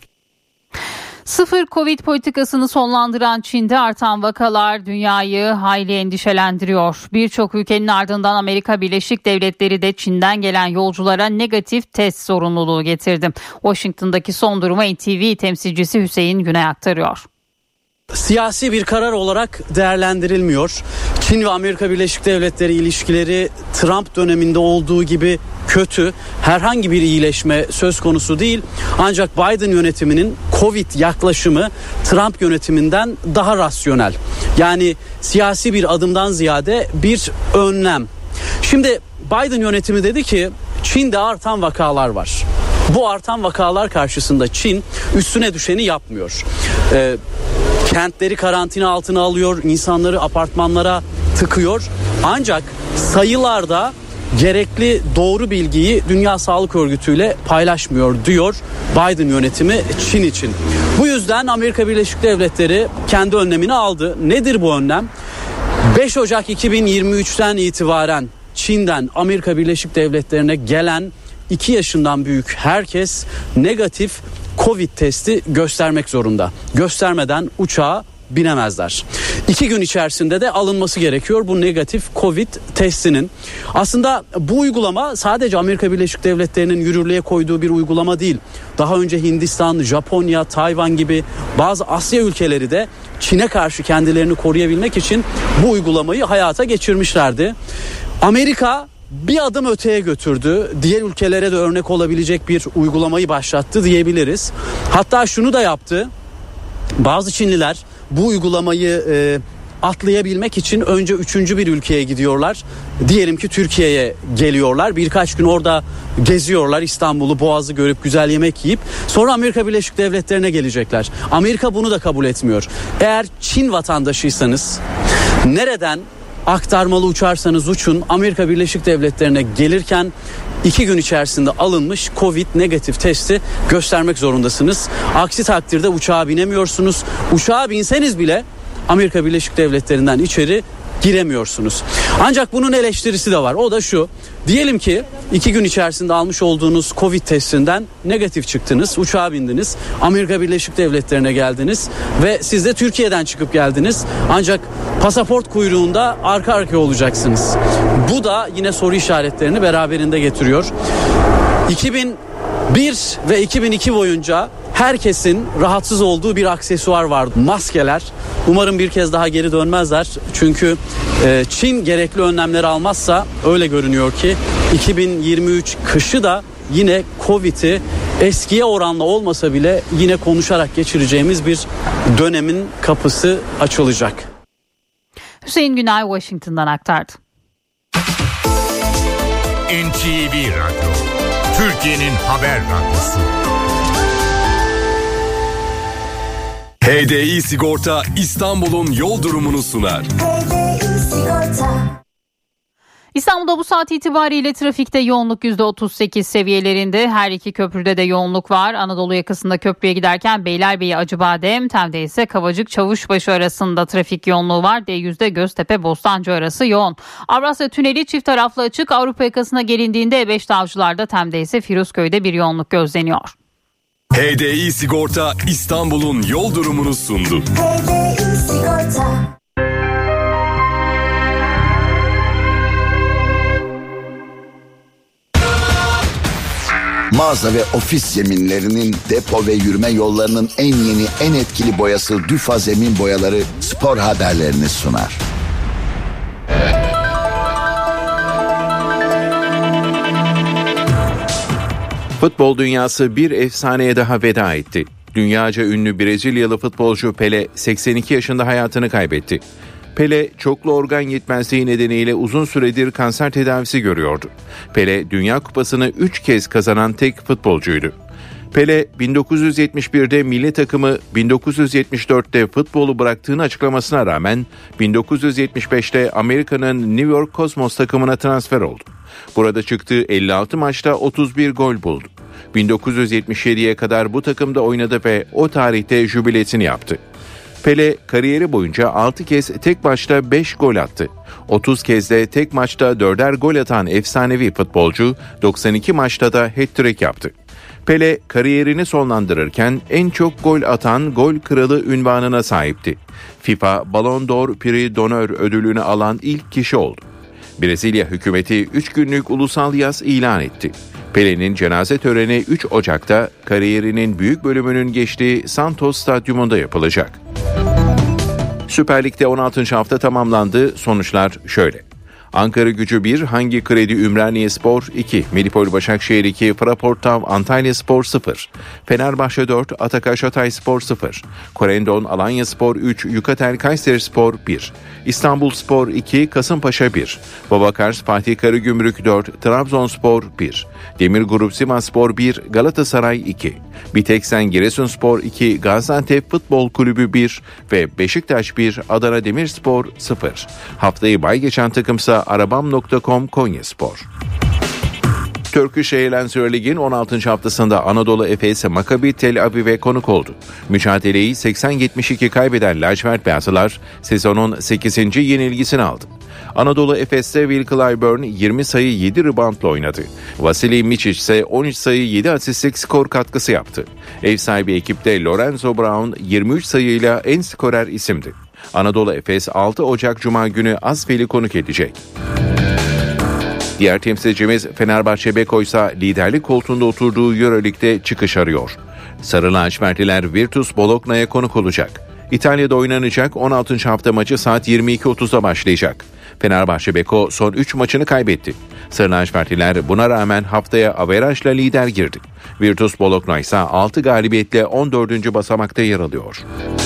Sıfır Covid politikasını sonlandıran Çin'de artan vakalar dünyayı hayli endişelendiriyor. Birçok ülkenin ardından Amerika Birleşik Devletleri de Çin'den gelen yolculara negatif test zorunluluğu getirdi. Washington'daki son durumu N T V temsilcisi Hüseyin Güney aktarıyor. Siyasi bir karar olarak değerlendirilmiyor. Çin ve Amerika Birleşik Devletleri ilişkileri Trump döneminde olduğu gibi kötü. Herhangi bir iyileşme söz konusu değil. Ancak Biden yönetiminin Covid yaklaşımı Trump yönetiminden daha rasyonel. Yani siyasi bir adımdan ziyade bir önlem. Şimdi Biden yönetimi dedi ki Çin'de artan vakalar var. Bu artan vakalar karşısında Çin üstüne düşeni yapmıyor. Ee, kentleri karantina altına alıyor, insanları apartmanlara tıkıyor. Ancak sayılarda gerekli doğru bilgiyi Dünya Sağlık Örgütü ile paylaşmıyor diyor Biden yönetimi Çin için. Bu yüzden Amerika Birleşik Devletleri kendi önlemini aldı. Nedir bu önlem? beş Ocak iki bin yirmi üçten itibaren Çin'den Amerika Birleşik Devletleri'ne gelen iki yaşından büyük herkes negatif Covid testi göstermek zorunda. Göstermeden uçağa binemezler. İki gün içerisinde de alınması gerekiyor bu negatif Covid testinin. Aslında bu uygulama sadece Amerika Birleşik Devletleri'nin yürürlüğe koyduğu bir uygulama değil. Daha önce Hindistan, Japonya, Tayvan gibi bazı Asya ülkeleri de Çin'e karşı kendilerini koruyabilmek için bu uygulamayı hayata geçirmişlerdi. Amerika bir adım öteye götürdü. Diğer ülkelere de örnek olabilecek bir uygulamayı başlattı diyebiliriz. Hatta şunu da yaptı. Bazı Çinliler bu uygulamayı e, atlayabilmek için önce üçüncü bir ülkeye gidiyorlar. Diyelim ki Türkiye'ye geliyorlar. Birkaç gün orada geziyorlar. İstanbul'u, Boğaz'ı görüp güzel yemek yiyip sonra Amerika Birleşik Devletleri'ne gelecekler. Amerika bunu da kabul etmiyor. Eğer Çin vatandaşıysanız nereden aktarmalı uçarsanız uçun Amerika Birleşik Devletleri'ne gelirken iki gün içerisinde alınmış Covid negatif testi göstermek zorundasınız. Aksi takdirde uçağa binemiyorsunuz. Uçağa binseniz bile Amerika Birleşik Devletleri'nden içeri giremiyorsunuz. Ancak bunun eleştirisi de var. O da şu. Diyelim ki iki gün içerisinde almış olduğunuz Covid testinden negatif çıktınız. Uçağa bindiniz. Amerika Birleşik Devletleri'ne geldiniz. Ve siz de Türkiye'den çıkıp geldiniz. Ancak pasaport kuyruğunda arka arkaya olacaksınız. Bu da yine soru işaretlerini beraberinde getiriyor. iki bin bir ve iki bin iki boyunca herkesin rahatsız olduğu bir aksesuar vardı. Maskeler. Umarım bir kez daha geri dönmezler. Çünkü e, Çin gerekli önlemleri almazsa öyle görünüyor ki iki bin yirmi üç kışı da yine Covid'i eskiye oranla olmasa bile yine konuşarak geçireceğimiz bir dönemin kapısı açılacak. Hüseyin Günay Washington'dan aktardı. N T V Radyo, Türkiye'nin haber radyosu. H D I Sigorta İstanbul'un yol durumunu sunar. İstanbul'da bu saat itibariyle trafikte yoğunluk yüzde otuz sekiz seviyelerinde. Her iki köprüde de yoğunluk var. Anadolu yakasında köprüye giderken Beylerbeyi Acıbadem, Tem'de ise Kavacık Çavuşbaşı arasında trafik yoğunluğu var. D yüzde Göztepe Bostancı arası yoğun. Avrasya Tüneli çift taraflı açık. Avrupa yakasına gelindiğinde E beş Avcılar'da, Tem'de ise Firuzköy'de bir yoğunluk gözleniyor. H D I Sigorta İstanbul'un yol durumunu sundu. H D I Sigorta. Mağaza ve ofis zeminlerinin, depo ve yürüme yollarının en yeni, en etkili boyası Düfa Zemin Boyaları spor haberlerini sunar. Futbol dünyası bir efsaneye daha veda etti. Dünyaca ünlü Brezilyalı futbolcu Pele seksen iki yaşında hayatını kaybetti. Pele çoklu organ yetmezliği nedeniyle uzun süredir kanser tedavisi görüyordu. Pele Dünya Kupası'nı üç kez kazanan tek futbolcuydu. Pele bin dokuz yüz yetmiş birde milli takımı, bin dokuz yüz yetmiş dörtte futbolu bıraktığını açıklamasına rağmen bin dokuz yüz yetmiş beşte Amerika'nın New York Cosmos takımına transfer oldu. Burada çıktığı elli altı maçta otuz bir gol buldu. bin dokuz yüz yetmiş yediye kadar bu takımda oynadı ve o tarihte jübilesini yaptı. Pele kariyeri boyunca altı kez tek maçta beş gol attı. otuz kez de tek maçta dörder gol atan efsanevi futbolcu doksan iki maçta da hat-trick yaptı. Pele kariyerini sonlandırırken en çok gol atan gol kralı unvanına sahipti. FIFA Ballon d'Or Prix d'Honneur ödülünü alan ilk kişi oldu. Brezilya hükümeti üç günlük ulusal yas ilan etti. Pele'nin cenaze töreni üç Ocak'ta kariyerinin büyük bölümünün geçtiği Santos Stadyumunda yapılacak. Süper Lig'de on altıncı hafta tamamlandı. Sonuçlar şöyle. Ankara Gücü bir, Hangi Kredi Ümraniye-Spor iki, Medipol Başakşehir iki, Fraport Tav Antalyaspor sıfır, Fenerbahçe dört, Atakaş Hatayspor sıfır, Korendon Alanyaspor üç, Yukatel Kayserispor bir, İstanbulspor iki, Kasımpaşa bir, Babakars Fatih Karagümrük dört, Trabzonspor bir, Demirgrup Sivasspor bir, Galatasaray iki, Biteksen Giresunspor iki, Gaziantep Futbol Kulübü bir ve Beşiktaş bir, Adana Demirspor sıfır. Haftayı bay geçen takımsa arabam nokta com Konyaspor. Turkish Airlines Euroleague'in on altıncı haftasında Anadolu Efes Maccabi Tel Aviv'e konuk oldu. Mücadeleyi seksen yetmiş iki kaybeden lacivert beyazlılar sezonun sekizinci yenilgisini aldı. Anadolu Efes'te Will Clyburn yirmi sayı yedi reboundla oynadı. Vasilij Micic ise on üç sayı yedi asistlik skor katkısı yaptı. Ev sahibi ekipte Lorenzo Brown yirmi üç sayıyla en skorer isimdi. Anadolu Efes altı Ocak Cuma günü Asfel'i konuk edecek. Diğer temsilcimiz Fenerbahçe Beko ise liderlik koltuğunda oturduğu Euroleague'de çıkış arıyor. Sarı lacivertliler Virtus Bologna'ya konuk olacak. İtalya'da oynanacak on altıncı hafta maçı saat yirmi iki otuzda başlayacak. Fenerbahçe Beko son üç maçını kaybetti. Sarı lacivertliler buna rağmen haftaya averajla lider girdi. Virtus Bologna ise altı galibiyetle on dördüncü basamakta yer alıyor.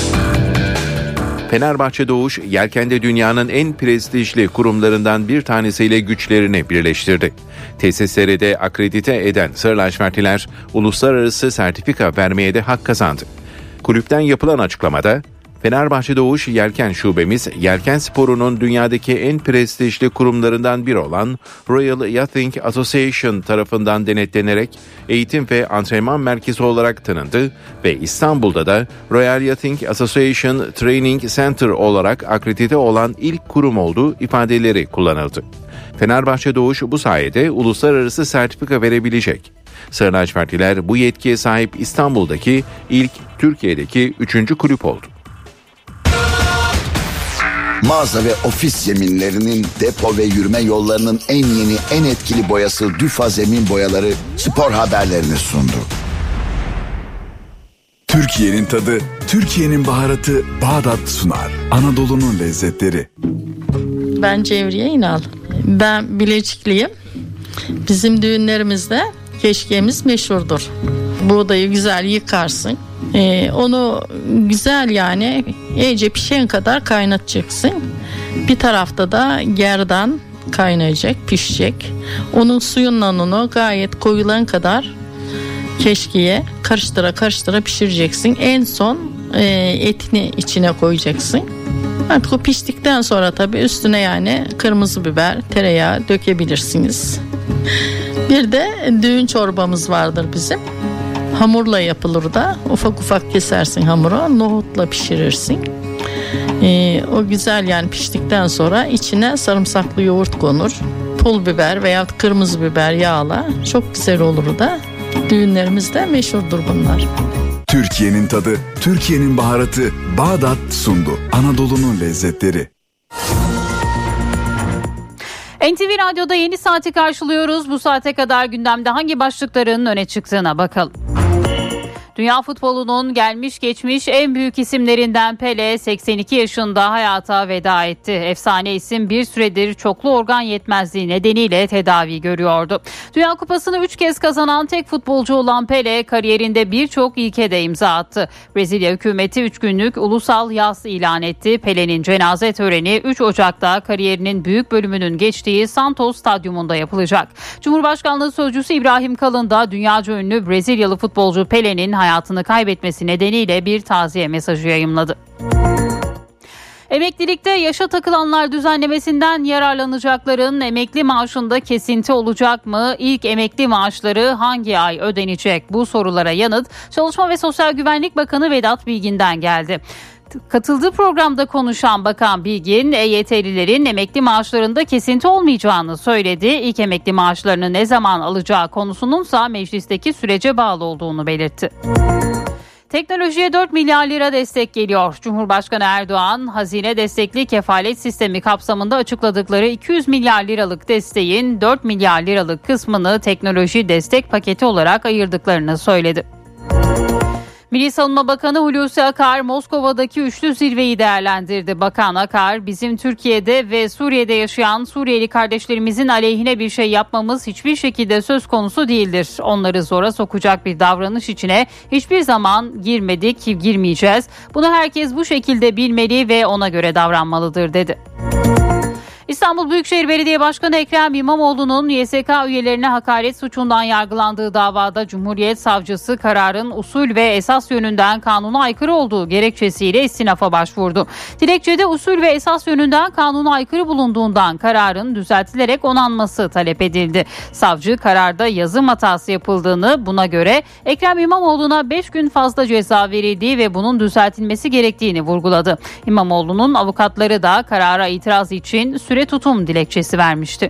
Fenerbahçe Doğuş, yelkende dünyanın en prestijli kurumlarından bir tanesiyle güçlerini birleştirdi. Tesisleri de akredite eden Sarı lacivertliler uluslararası sertifika vermeye de hak kazandı. Kulüpten yapılan açıklamada, Fenerbahçe Doğuş Yelken Şubemiz, yelken sporunun dünyadaki en prestijli kurumlarından biri olan Royal Yachting Association tarafından denetlenerek eğitim ve antrenman merkezi olarak tanındı ve İstanbul'da da Royal Yachting Association Training Center olarak akredite olan ilk kurum olduğu ifadeleri kullanıldı. Fenerbahçe Doğuş bu sayede uluslararası sertifika verebilecek. Sarı lacivertliler bu yetkiye sahip İstanbul'daki ilk, Türkiye'deki üçüncü kulüp oldu. Mağaza ve ofis zeminlerinin, depo ve yürüme yollarının en yeni, en etkili boyası Düfa Zemin Boyaları spor haberlerini sundu. Türkiye'nin tadı, Türkiye'nin baharatı Bağdat sunar. Anadolu'nun lezzetleri. Ben Cevriye İnal. Ben Bileçikliyim. Bizim düğünlerimizde keşkemiz meşhurdur. Buğdayı güzel yıkarsın. Ee, onu güzel yani iyice pişen kadar kaynatacaksın. Bir tarafta da gerdan kaynayacak, pişecek. Onun suyundan onu gayet koyulan kadar keşkeye karıştıra karıştıra pişireceksin. En son e, etini içine koyacaksın. Artık o piştikten sonra tabii üstüne yani kırmızı biber, tereyağı dökebilirsiniz. Bir de düğün çorbamız vardır bizim. Hamurla yapılır da, ufak ufak kesersin hamuru, nohutla pişirirsin. Ee, o güzel yani piştikten sonra içine sarımsaklı yoğurt konur. Pul biber veya kırmızı biber yağla, çok güzel olur da. Düğünlerimizde meşhurdur bunlar. Türkiye'nin tadı, Türkiye'nin baharatı Bağdat sundu. Anadolu'nun lezzetleri. N T V Radyo'da yeni saati karşılıyoruz. Bu saate kadar gündemde hangi başlıkların öne çıktığına bakalım. Dünya futbolunun gelmiş geçmiş en büyük isimlerinden Pele seksen iki yaşında hayata veda etti. Efsane isim bir süredir çoklu organ yetmezliği nedeniyle tedavi görüyordu. Dünya Kupası'nı üç kez kazanan tek futbolcu olan Pele kariyerinde birçok ilke de imza attı. Brezilya hükümeti üç günlük ulusal yas ilan etti. Pele'nin cenaze töreni üç Ocak'ta kariyerinin büyük bölümünün geçtiği Santos Stadyumunda yapılacak. Cumhurbaşkanlığı Sözcüsü İbrahim Kalın da dünyaca ünlü Brezilyalı futbolcu Pele'nin hayatını kaybetmesi nedeniyle bir taziye mesajı yayımladı. Emeklilikte yaşa takılanlar düzenlemesinden yararlanacakların emekli maaşında kesinti olacak mı? İlk emekli maaşları hangi ay ödenecek? Bu sorulara yanıt Çalışma ve Sosyal Güvenlik Bakanı Vedat Bilgin'den geldi. Katıldığı programda konuşan Bakan Bilgin, E Y T'lilerin emekli maaşlarında kesinti olmayacağını söyledi. İlk emekli maaşlarını ne zaman alacağı konusununsa meclisteki sürece bağlı olduğunu belirtti. Teknolojiye dört milyar lira destek geliyor. Cumhurbaşkanı Erdoğan, hazine destekli kefalet sistemi kapsamında açıkladıkları iki yüz milyar liralık desteğin dört milyar liralık kısmını teknoloji destek paketi olarak ayırdıklarını söyledi. Milli Savunma Bakanı Hulusi Akar, Moskova'daki üçlü zirveyi değerlendirdi. Bakan Akar, bizim Türkiye'de ve Suriye'de yaşayan Suriyeli kardeşlerimizin aleyhine bir şey yapmamız hiçbir şekilde söz konusu değildir. Onları zora sokacak bir davranış içine hiçbir zaman girmedik, girmeyeceğiz. Bunu herkes bu şekilde bilmeli ve ona göre davranmalıdır dedi. İstanbul Büyükşehir Belediye Başkanı Ekrem İmamoğlu'nun Y S K üyelerine hakaret suçundan yargılandığı davada Cumhuriyet Savcısı kararın usul ve esas yönünden kanuna aykırı olduğu gerekçesiyle istinafa başvurdu. Dilekçede usul ve esas yönünden kanuna aykırı bulunduğundan kararın düzeltilerek onanması talep edildi. Savcı kararda yazım hatası yapıldığını, buna göre Ekrem İmamoğlu'na beş gün fazla ceza verildiği ve bunun düzeltilmesi gerektiğini vurguladı. İmamoğlu'nun avukatları da karara itiraz için süre tutum dilekçesi vermişti.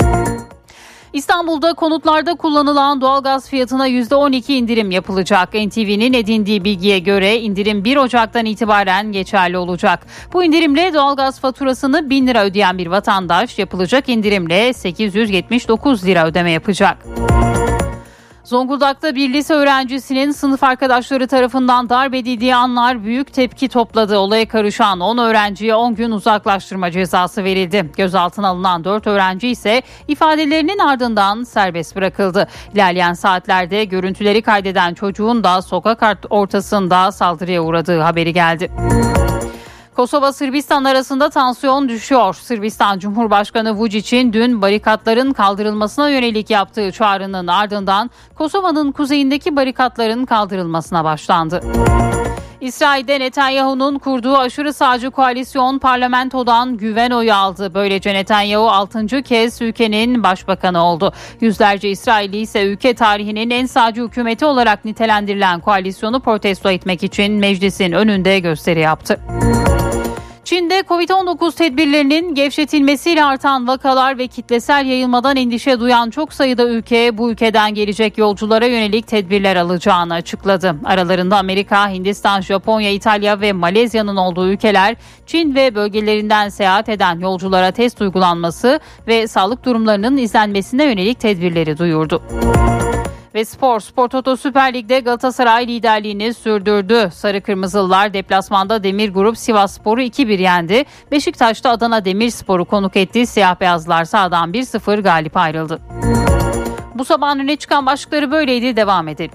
İstanbul'da konutlarda kullanılan doğalgaz fiyatına yüzde on iki indirim yapılacak. N T V'nin edindiği bilgiye göre indirim bir Ocak'tan itibaren geçerli olacak. Bu indirimle doğalgaz faturasını bin lira ödeyen bir vatandaş yapılacak indirimle sekiz yüz yetmiş dokuz lira ödeme yapacak. Zonguldak'ta bir lise öğrencisinin sınıf arkadaşları tarafından darp edildiği anlar büyük tepki topladı. Olaya karışan on öğrenciye on gün uzaklaştırma cezası verildi. Gözaltına alınan dört öğrenci ise ifadelerinin ardından serbest bırakıldı. İlerleyen saatlerde görüntüleri kaydeden çocuğun da sokak ortasında saldırıya uğradığı haberi geldi. Kosova-Sırbistan arasında tansiyon düşüyor. Sırbistan Cumhurbaşkanı Vučić'in dün barikatların kaldırılmasına yönelik yaptığı çağrının ardından Kosova'nın kuzeyindeki barikatların kaldırılmasına başlandı. İsrail'de Netanyahu'nun kurduğu aşırı sağcı koalisyon parlamentodan güven oyu aldı. Böylece Netanyahu altıncı kez ülkenin başbakanı oldu. Yüzlerce İsrailli ise ülke tarihinin en sağcı hükümeti olarak nitelendirilen koalisyonu protesto etmek için meclisin önünde gösteri yaptı. Çin'de kovid on dokuz tedbirlerinin gevşetilmesiyle artan vakalar ve kitlesel yayılmadan endişe duyan çok sayıda ülke bu ülkeden gelecek yolculara yönelik tedbirler alacağını açıkladı. Aralarında Amerika, Hindistan, Japonya, İtalya ve Malezya'nın olduğu ülkeler Çin ve bölgelerinden seyahat eden yolculara test uygulanması ve sağlık durumlarının izlenmesine yönelik tedbirleri duyurdu. Ve spor, Spor Toto Süper Lig'de Galatasaray liderliğini sürdürdü. Sarı Kırmızılılar deplasmanda Demirgrup Sivasspor'u iki bir yendi. Beşiktaş'ta Adana Demirspor'u konuk etti. Siyah beyazlar sahadan bir sıfır galip ayrıldı. Bu sabahın öne çıkan başlıkları böyleydi, devam edelim.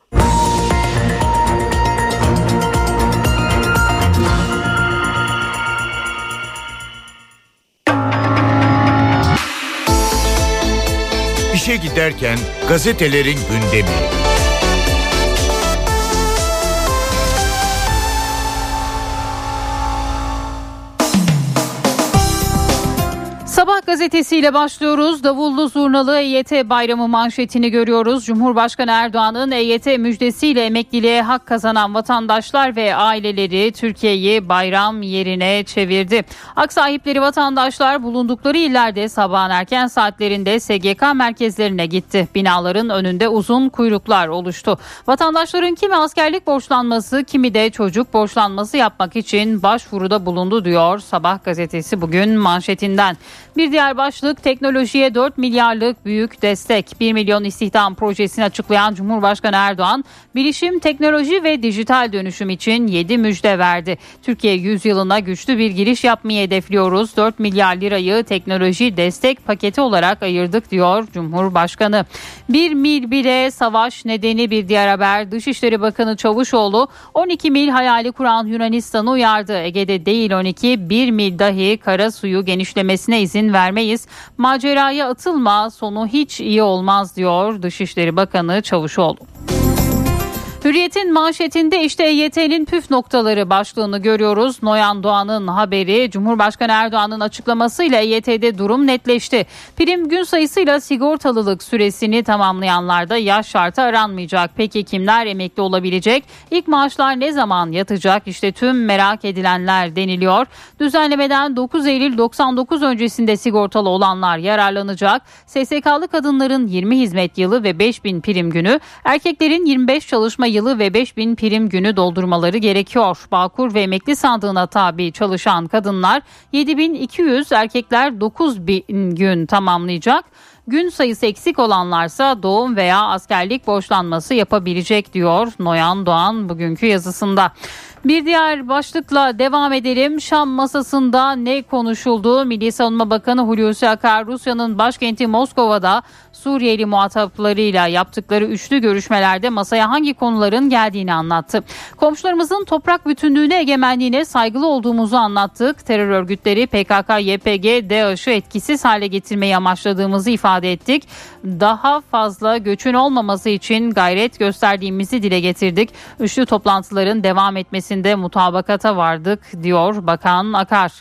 İşe giderken gazetelerin gündemi. Sabah gazetesiyle başlıyoruz. Davullu zurnalı E Y T bayramı manşetini görüyoruz. Cumhurbaşkanı Erdoğan'ın E Y T müjdesiyle emekliliğe hak kazanan vatandaşlar ve aileleri Türkiye'yi bayram yerine çevirdi. Hak sahipleri vatandaşlar bulundukları illerde sabahın erken saatlerinde S G K merkezlerine gitti. Binaların önünde uzun kuyruklar oluştu. Vatandaşların kimi askerlik borçlanması, kimi de çocuk borçlanması yapmak için başvuruda bulundu diyor Sabah gazetesi bugün manşetinden. Bir diğer diğer başlık teknolojiye dört milyarlık büyük destek. bir milyon istihdam projesini açıklayan Cumhurbaşkanı Erdoğan, bilişim, teknoloji ve dijital dönüşüm için yedi müjde verdi. Türkiye yüzyılına güçlü bir giriş yapmayı hedefliyoruz. dört milyar lirayı teknoloji destek paketi olarak ayırdık diyor Cumhurbaşkanı. Bir mil bile savaş nedeni bir diğer haber. Dışişleri Bakanı Çavuşoğlu on iki mil hayali kuran Yunanistan'ı uyardı. Ege'de değil on iki, bir mil dahi kara suyu genişlemesine izin vermeyiz. Maceraya atılma, sonu hiç iyi olmaz diyor Dışişleri Bakanı Çavuşoğlu. Hürriyet'in manşetinde işte E Y T'nin püf noktaları başlığını görüyoruz. Noyan Doğan'ın haberi, Cumhurbaşkanı Erdoğan'ın açıklamasıyla E Y T'de durum netleşti. Prim gün sayısıyla sigortalılık süresini tamamlayanlarda yaş şartı aranmayacak. Peki kimler emekli olabilecek? İlk maaşlar ne zaman yatacak? İşte tüm merak edilenler deniliyor. Düzenlemeden dokuz Eylül doksan dokuz öncesinde sigortalı olanlar yararlanacak. S S K'lı kadınların yirmi hizmet yılı ve beş bin prim günü, erkeklerin yirmi beş çalışma yılı ve beş bin prim günü doldurmaları gerekiyor. Bağkur ve emekli sandığına tabi çalışan kadınlar yedi bin iki yüz, erkekler dokuz bin gün tamamlayacak. Gün sayısı eksik olanlarsa doğum veya askerlik borçlanması yapabilecek diyor Noyan Doğan bugünkü yazısında. Bir diğer başlıkla devam edelim. Şam masasında ne konuşuldu? Milli Savunma Bakanı Hulusi Akar, Rusya'nın başkenti Moskova'da Suriyeli muhataplarıyla yaptıkları üçlü görüşmelerde masaya hangi konuların geldiğini anlattı. Komşularımızın toprak bütünlüğüne, egemenliğine saygılı olduğumuzu anlattık. Terör örgütleri P K K, Y P G, DAEŞ'ı etkisiz hale getirmeyi amaçladığımızı ifade ettik. Daha fazla göçün olmaması için gayret gösterdiğimizi dile getirdik. Üçlü toplantıların devam etmesinde mutabakata vardık diyor Bakan Akar.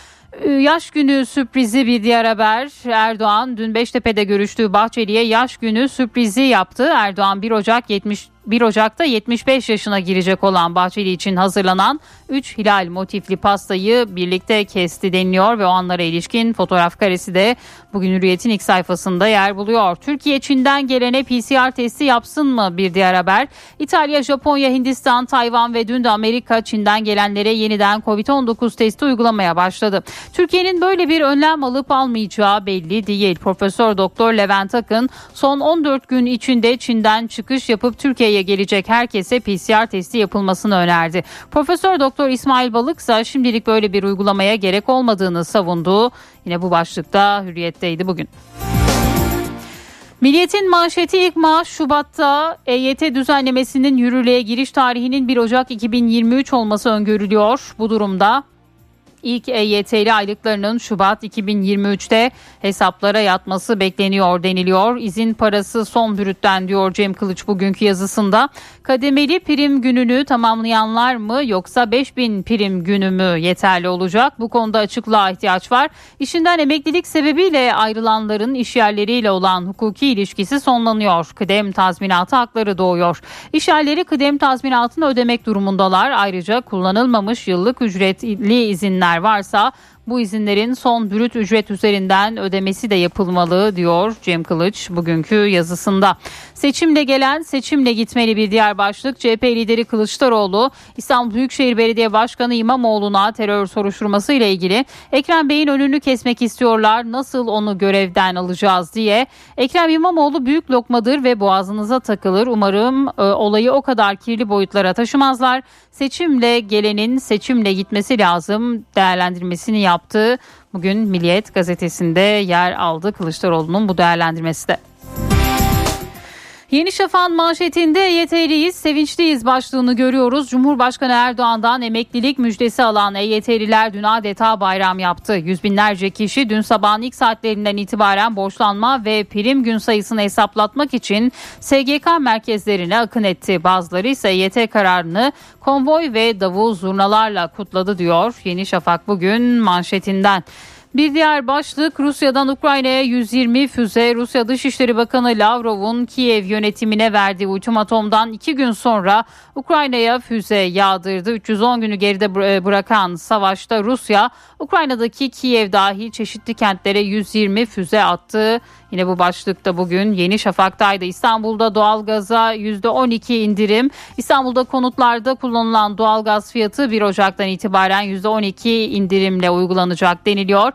Yaş günü sürprizi bir diğer haber. Erdoğan dün Beştepe'de görüştüğü Bahçeli'ye yaş günü sürprizi yaptı. Erdoğan bir Ocak yetmiş bir Ocak'ta yetmiş beş yaşına girecek olan Bahçeli için hazırlanan üç hilal motifli pastayı birlikte kesti deniliyor ve o anlara ilişkin fotoğraf karesi de bugün Hürriyet'in ilk sayfasında yer buluyor. Türkiye Çin'den gelene P C R testi yapsın mı bir diğer haber. İtalya, Japonya, Hindistan, Tayvan ve dün de Amerika Çin'den gelenlere yeniden kovid on dokuz testi uygulamaya başladı. Türkiye'nin böyle bir önlem alıp almayacağı belli değil. Profesör Doktor Levent Akın son on dört gün içinde Çin'den çıkış yapıp Türkiye'ye gelecek herkese P C R testi yapılmasını önerdi. Profesör Doktor İsmail Balık ise şimdilik böyle bir uygulamaya gerek olmadığını savundu. Yine bu başlıkta Hürriyet'teydi bugün. Milliyet'in manşeti ilk maaş Şubat'ta. E Y T düzenlemesinin yürürlüğe giriş tarihinin bir Ocak iki bin yirmi üç olması öngörülüyor. Bu durumda İlk E Y T'li aylıklarının Şubat iki bin yirmi üçte hesaplara yatması bekleniyor deniliyor. İzin parası son brütten diyor Cem Kılıç bugünkü yazısında. Kademeli prim gününü tamamlayanlar mı yoksa beş bin prim günü mü yeterli olacak? Bu konuda açıklığa ihtiyaç var. İşinden emeklilik sebebiyle ayrılanların işyerleriyle olan hukuki ilişkisi sonlanıyor. Kıdem tazminatı hakları doğuyor. İşyerleri kıdem tazminatını ödemek durumundalar. Ayrıca kullanılmamış yıllık ücretli izinler varsa bu izinlerin son brüt ücret üzerinden ödemesi de yapılmalı diyor Cem Kılıç bugünkü yazısında. Seçimle gelen seçimle gitmeli bir diğer başlık. C H P lideri Kılıçdaroğlu İstanbul Büyükşehir Belediye Başkanı İmamoğlu'na terör soruşturması ile ilgili Ekrem Bey'in önünü kesmek istiyorlar, nasıl onu görevden alacağız diye. Ekrem İmamoğlu büyük lokmadır ve boğazınıza takılır. Umarım e, olayı o kadar kirli boyutlara taşımazlar. Seçimle gelenin seçimle gitmesi lazım değerlendirmesini yaptı. Bugün Milliyet gazetesinde yer aldı Kılıçdaroğlu'nun bu değerlendirmesi de. Yeni Şafak'ın manşetinde E Y T'liyiz, sevinçliyiz başlığını görüyoruz. Cumhurbaşkanı Erdoğan'dan emeklilik müjdesi alan E Y T'liler dün adeta bayram yaptı. Yüz binlerce kişi dün sabahın ilk saatlerinden itibaren borçlanma ve prim gün sayısını hesaplatmak için S G K merkezlerine akın etti. Bazıları ise E Y T kararını konvoy ve davul zurnalarla kutladı diyor Yeni Şafak bugün manşetinden. Bir diğer başlık Rusya'dan Ukrayna'ya yüz yirmi füze. Rusya Dışişleri Bakanı Lavrov'un Kiev yönetimine verdiği ultimatomdan iki gün sonra Ukrayna'ya füze yağdırdı. üç yüz on günü geride bırakan savaşta Rusya Ukrayna'daki Kiev dahil çeşitli kentlere yüz yirmi füze attı. Yine bu başlıkta bugün Yeni Şafak'taydı. İstanbul'da doğalgaza yüzde on iki indirim. İstanbul'da konutlarda kullanılan doğalgaz fiyatı bir Ocak'tan itibaren yüzde on iki indirimle uygulanacak deniliyor.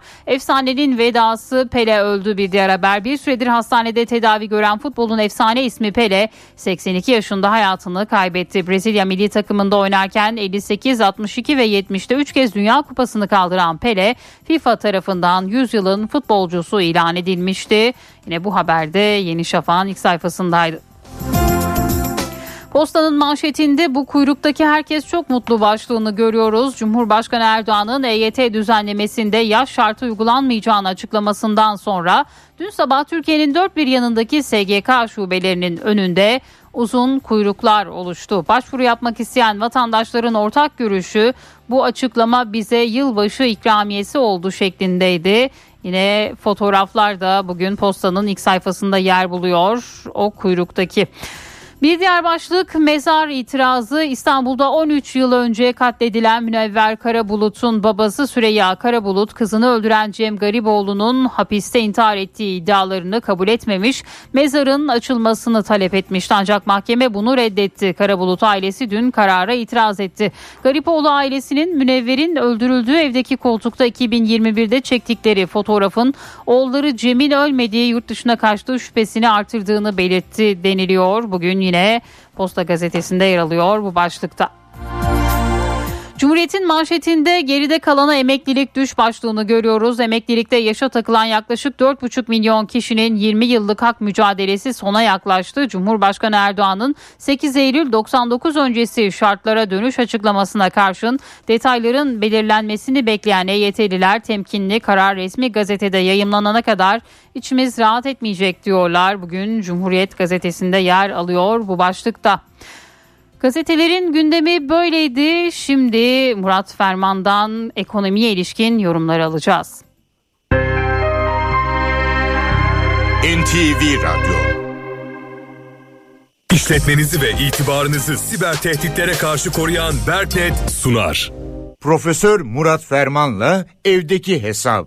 Efsanenin vedası, Pele öldü bir diğer haber. Bir süredir hastanede tedavi gören futbolun efsane ismi Pele seksen iki yaşında hayatını kaybetti. Brezilya milli takımında oynarken elli sekiz, altmış iki ve yetmişte üç kez Dünya Kupası'nı kaldıran Pele FIFA tarafından yüzyılın futbolcusu ilan edilmişti. Yine bu haberde Yeni Şafak'ın ilk sayfasındaydı. Postanın manşetinde bu kuyruktaki herkes çok mutlu başlığını görüyoruz. Cumhurbaşkanı Erdoğan'ın E Y T düzenlemesinde yaş şartı uygulanmayacağını açıklamasından sonra dün sabah Türkiye'nin dört bir yanındaki S G K şubelerinin önünde uzun kuyruklar oluştu. Başvuru yapmak isteyen vatandaşların ortak görüşü bu açıklama bize yılbaşı ikramiyesi oldu şeklindeydi. Yine fotoğraflar da bugün Posta'nın ilk sayfasında yer buluyor o kuyruktaki. Bir diğer başlık mezar itirazı. İstanbul'da on üç yıl önce katledilen Münevver Karabulut'un babası Süreyya Karabulut kızını öldüren Cem Gariboğlu'nun hapiste intihar ettiği iddialarını kabul etmemiş, mezarın açılmasını talep etmişti ancak mahkeme bunu reddetti. Karabulut ailesi dün karara itiraz etti. Gariboğlu ailesinin Münevver'in öldürüldüğü evdeki koltukta iki bin yirmi birde çektikleri fotoğrafın oğulları Cem'in ölmediği, yurt dışına kaçtığı şüphesini artırdığını belirtti deniliyor. Bugün yine Posta Gazetesi'nde yer alıyor bu başlıkta. Cumhuriyet'in manşetinde geride kalana emeklilik düş başlığını görüyoruz. Emeklilikte yaşa takılan yaklaşık dört buçuk milyon kişinin yirmi yıllık hak mücadelesi sona yaklaştı. Cumhurbaşkanı Erdoğan'ın sekiz Eylül doksan dokuz öncesi şartlara dönüş açıklamasına karşın detayların belirlenmesini bekleyen E Y T'liler temkinli, karar resmi gazetede yayımlanana kadar içimiz rahat etmeyecek diyorlar. Bugün Cumhuriyet Gazetesi'nde yer alıyor bu başlıkta. Gazetelerin gündemi böyleydi. Şimdi Murat Ferman'dan ekonomiye ilişkin yorumları alacağız. N T V Radyo. İşletmenizi ve itibarınızı siber tehditlere karşı koruyan Berknet sunar. Profesör Murat Ferman'la evdeki hesap.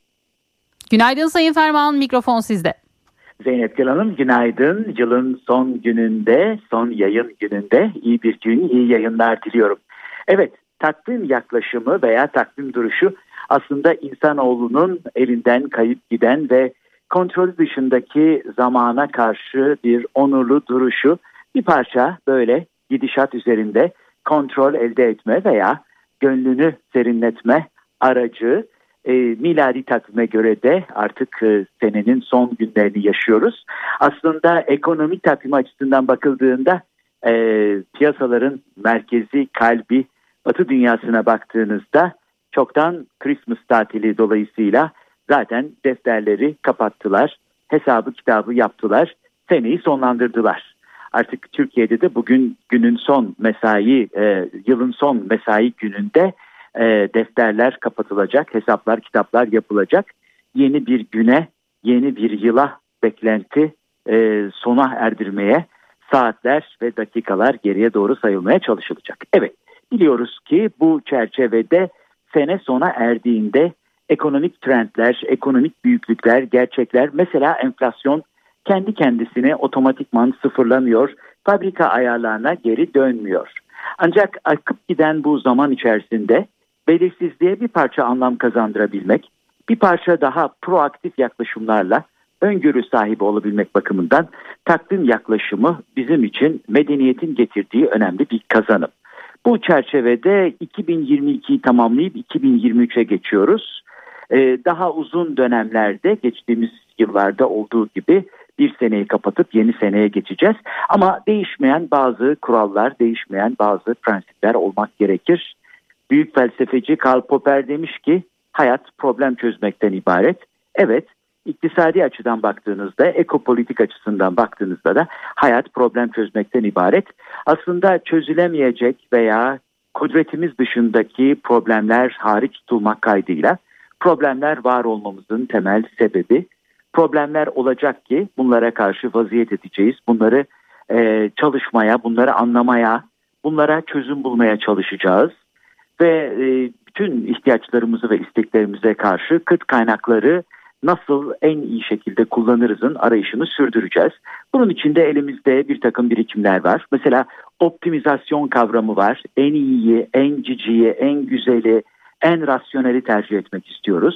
Günaydın Sayın Ferman, mikrofon sizde. Zeynep Gül Hanım günaydın. Yılın son gününde, son yayın gününde iyi bir gün, iyi yayınlar diliyorum. Evet, takvim yaklaşımı veya takvim duruşu aslında insanoğlunun elinden kayıp giden ve kontrol dışındaki zamana karşı bir onurlu duruşu, bir parça böyle gidişat üzerinde kontrol elde etme veya gönlünü serinletme aracı. E, miladi takvime göre de artık e, senenin son günlerini yaşıyoruz. Aslında ekonomik takvim açısından bakıldığında e, piyasaların merkezi, kalbi, Batı dünyasına baktığınızda çoktan Christmas tatili dolayısıyla zaten defterleri kapattılar, hesabı kitabı yaptılar, seneyi sonlandırdılar. Artık Türkiye'de de bugün günün son mesai, e, yılın son mesai gününde E, defterler kapatılacak, hesaplar, kitaplar yapılacak. Yeni bir güne, yeni bir yıla beklenti e, sona erdirmeye saatler ve dakikalar geriye doğru sayılmaya çalışılacak. Evet, biliyoruz ki bu çerçevede sene sona erdiğinde ekonomik trendler, ekonomik büyüklükler, gerçekler, mesela enflasyon kendi kendisine otomatikman sıfırlanıyor, fabrika ayarlarına geri dönmüyor. Ancak akıp giden bu zaman içerisinde belirsizliğe bir parça anlam kazandırabilmek, bir parça daha proaktif yaklaşımlarla öngörü sahibi olabilmek bakımından takvim yaklaşımı bizim için medeniyetin getirdiği önemli bir kazanım. Bu çerçevede iki bin yirmi ikiyi tamamlayıp iki bin yirmi üçe geçiyoruz. Ee, daha uzun dönemlerde geçtiğimiz yıllarda olduğu gibi bir seneyi kapatıp yeni seneye geçeceğiz. Ama değişmeyen bazı kurallar, değişmeyen bazı prensipler olmak gerekir. Büyük felsefeci Karl Popper demiş ki hayat problem çözmekten ibaret. Evet, iktisadi açıdan baktığınızda, ekopolitik açısından baktığınızda da hayat problem çözmekten ibaret. Aslında çözülemeyecek veya kudretimiz dışındaki problemler hariç tutulmak kaydıyla problemler var olmamızın temel sebebi. Problemler olacak ki bunlara karşı vaziyet edeceğiz. Bunları e, çalışmaya, bunları anlamaya, bunlara çözüm bulmaya çalışacağız. Ve e, bütün ihtiyaçlarımızı ve isteklerimize karşı kıt kaynakları nasıl en iyi şekilde kullanırızın arayışını sürdüreceğiz. Bunun için de elimizde bir takım birikimler var. Mesela optimizasyon kavramı var. En iyiyi, en ciciyi, en güzeli, en rasyoneli tercih etmek istiyoruz.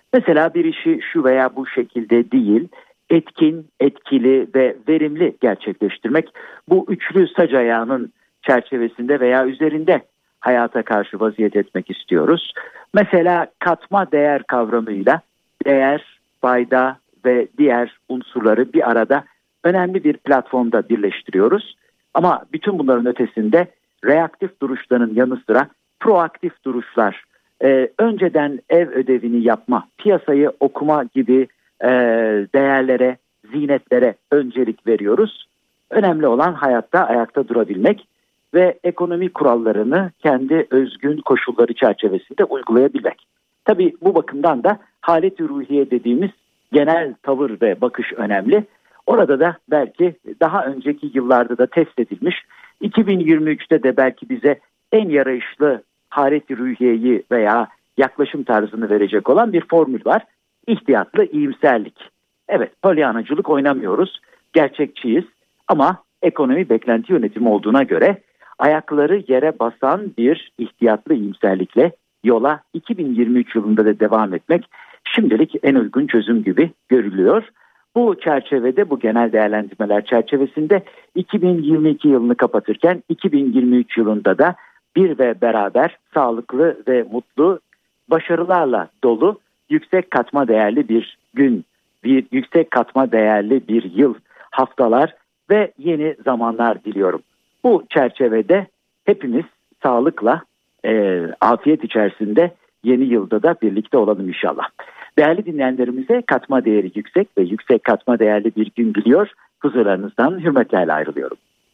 Mesela bir işi şu veya bu şekilde değil, etkin, etkili ve verimli gerçekleştirmek, bu üçlü sac ayağının çerçevesinde veya üzerinde hayata karşı vaziyet etmek istiyoruz. Mesela katma değer kavramıyla değer, fayda ve diğer unsurları bir arada önemli bir platformda birleştiriyoruz. Ama bütün bunların ötesinde reaktif duruşların yanı sıra proaktif duruşlar, e, önceden ev ödevini yapma, piyasayı okuma gibi e, değerlere, zinetlere öncelik veriyoruz. Önemli olan hayatta ayakta durabilmek ve ekonomi kurallarını kendi özgün koşulları çerçevesinde uygulayabilmek. Tabii bu bakımdan da halet-i ruhiye dediğimiz genel tavır ve bakış önemli. Orada da belki daha önceki yıllarda da test edilmiş, iki bin yirmi üçte de belki bize en yarayışlı halet-i ruhiyeyi veya yaklaşım tarzını verecek olan bir formül var. İhtiyatlı iyimserlik. Evet, polyanacılık oynamıyoruz, gerçekçiyiz ama ekonomi beklenti yönetimi olduğuna göre ayakları yere basan bir ihtiyatlı iyimserlikle yola iki bin yirmi üç yılında da devam etmek şimdilik en uygun çözüm gibi görülüyor. Bu çerçevede, bu genel değerlendirmeler çerçevesinde iki bin yirmi iki yılını kapatırken iki bin yirmi üç yılında da bir ve beraber sağlıklı ve mutlu, başarılarla dolu, yüksek katma değerli bir gün, bir yüksek katma değerli bir yıl, haftalar ve yeni zamanlar diliyorum. Bu çerçevede hepimiz sağlıkla, e, afiyet içerisinde yeni yılda da birlikte olalım inşallah. Değerli dinleyenlerimize katma değeri yüksek ve yüksek katma değerli bir gün diliyor. Huzurlarınızdan hürmetlerle ayrılıyorum.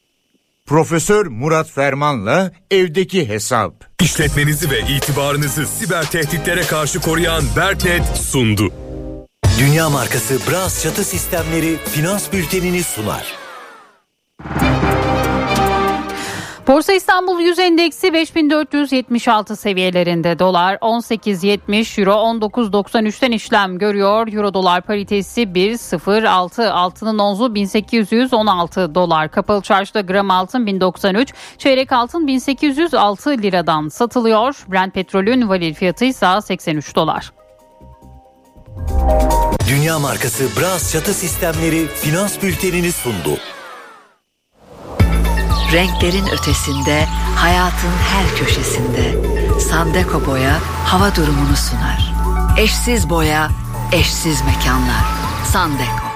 Profesör Murat Ferman'la evdeki hesap. İşletmenizi ve itibarınızı siber tehditlere karşı koruyan Berknet sundu. Dünya markası Bras Çatı Sistemleri finans bültenini sunar. Borsa İstanbul yüz endeksi beş bin dört yüz yetmiş altı seviyelerinde, dolar on sekiz yetmiş, euro on dokuz doksan üçten işlem görüyor. Euro dolar paritesi bir nokta sıfır altı, altının onzu bin sekiz yüz on altı dolar. Kapalı çarşıda gram altın bin doksan üç, çeyrek altın bin sekiz yüz altı liradan satılıyor. Brent petrolün varil fiyatı ise seksen üç dolar. Dünya markası Bras Çatı Sistemleri finans bültenini sundu. Renklerin ötesinde, hayatın her köşesinde Sandeko Boya hava durumunu sunar. Eşsiz boya, eşsiz mekanlar. Sandeko.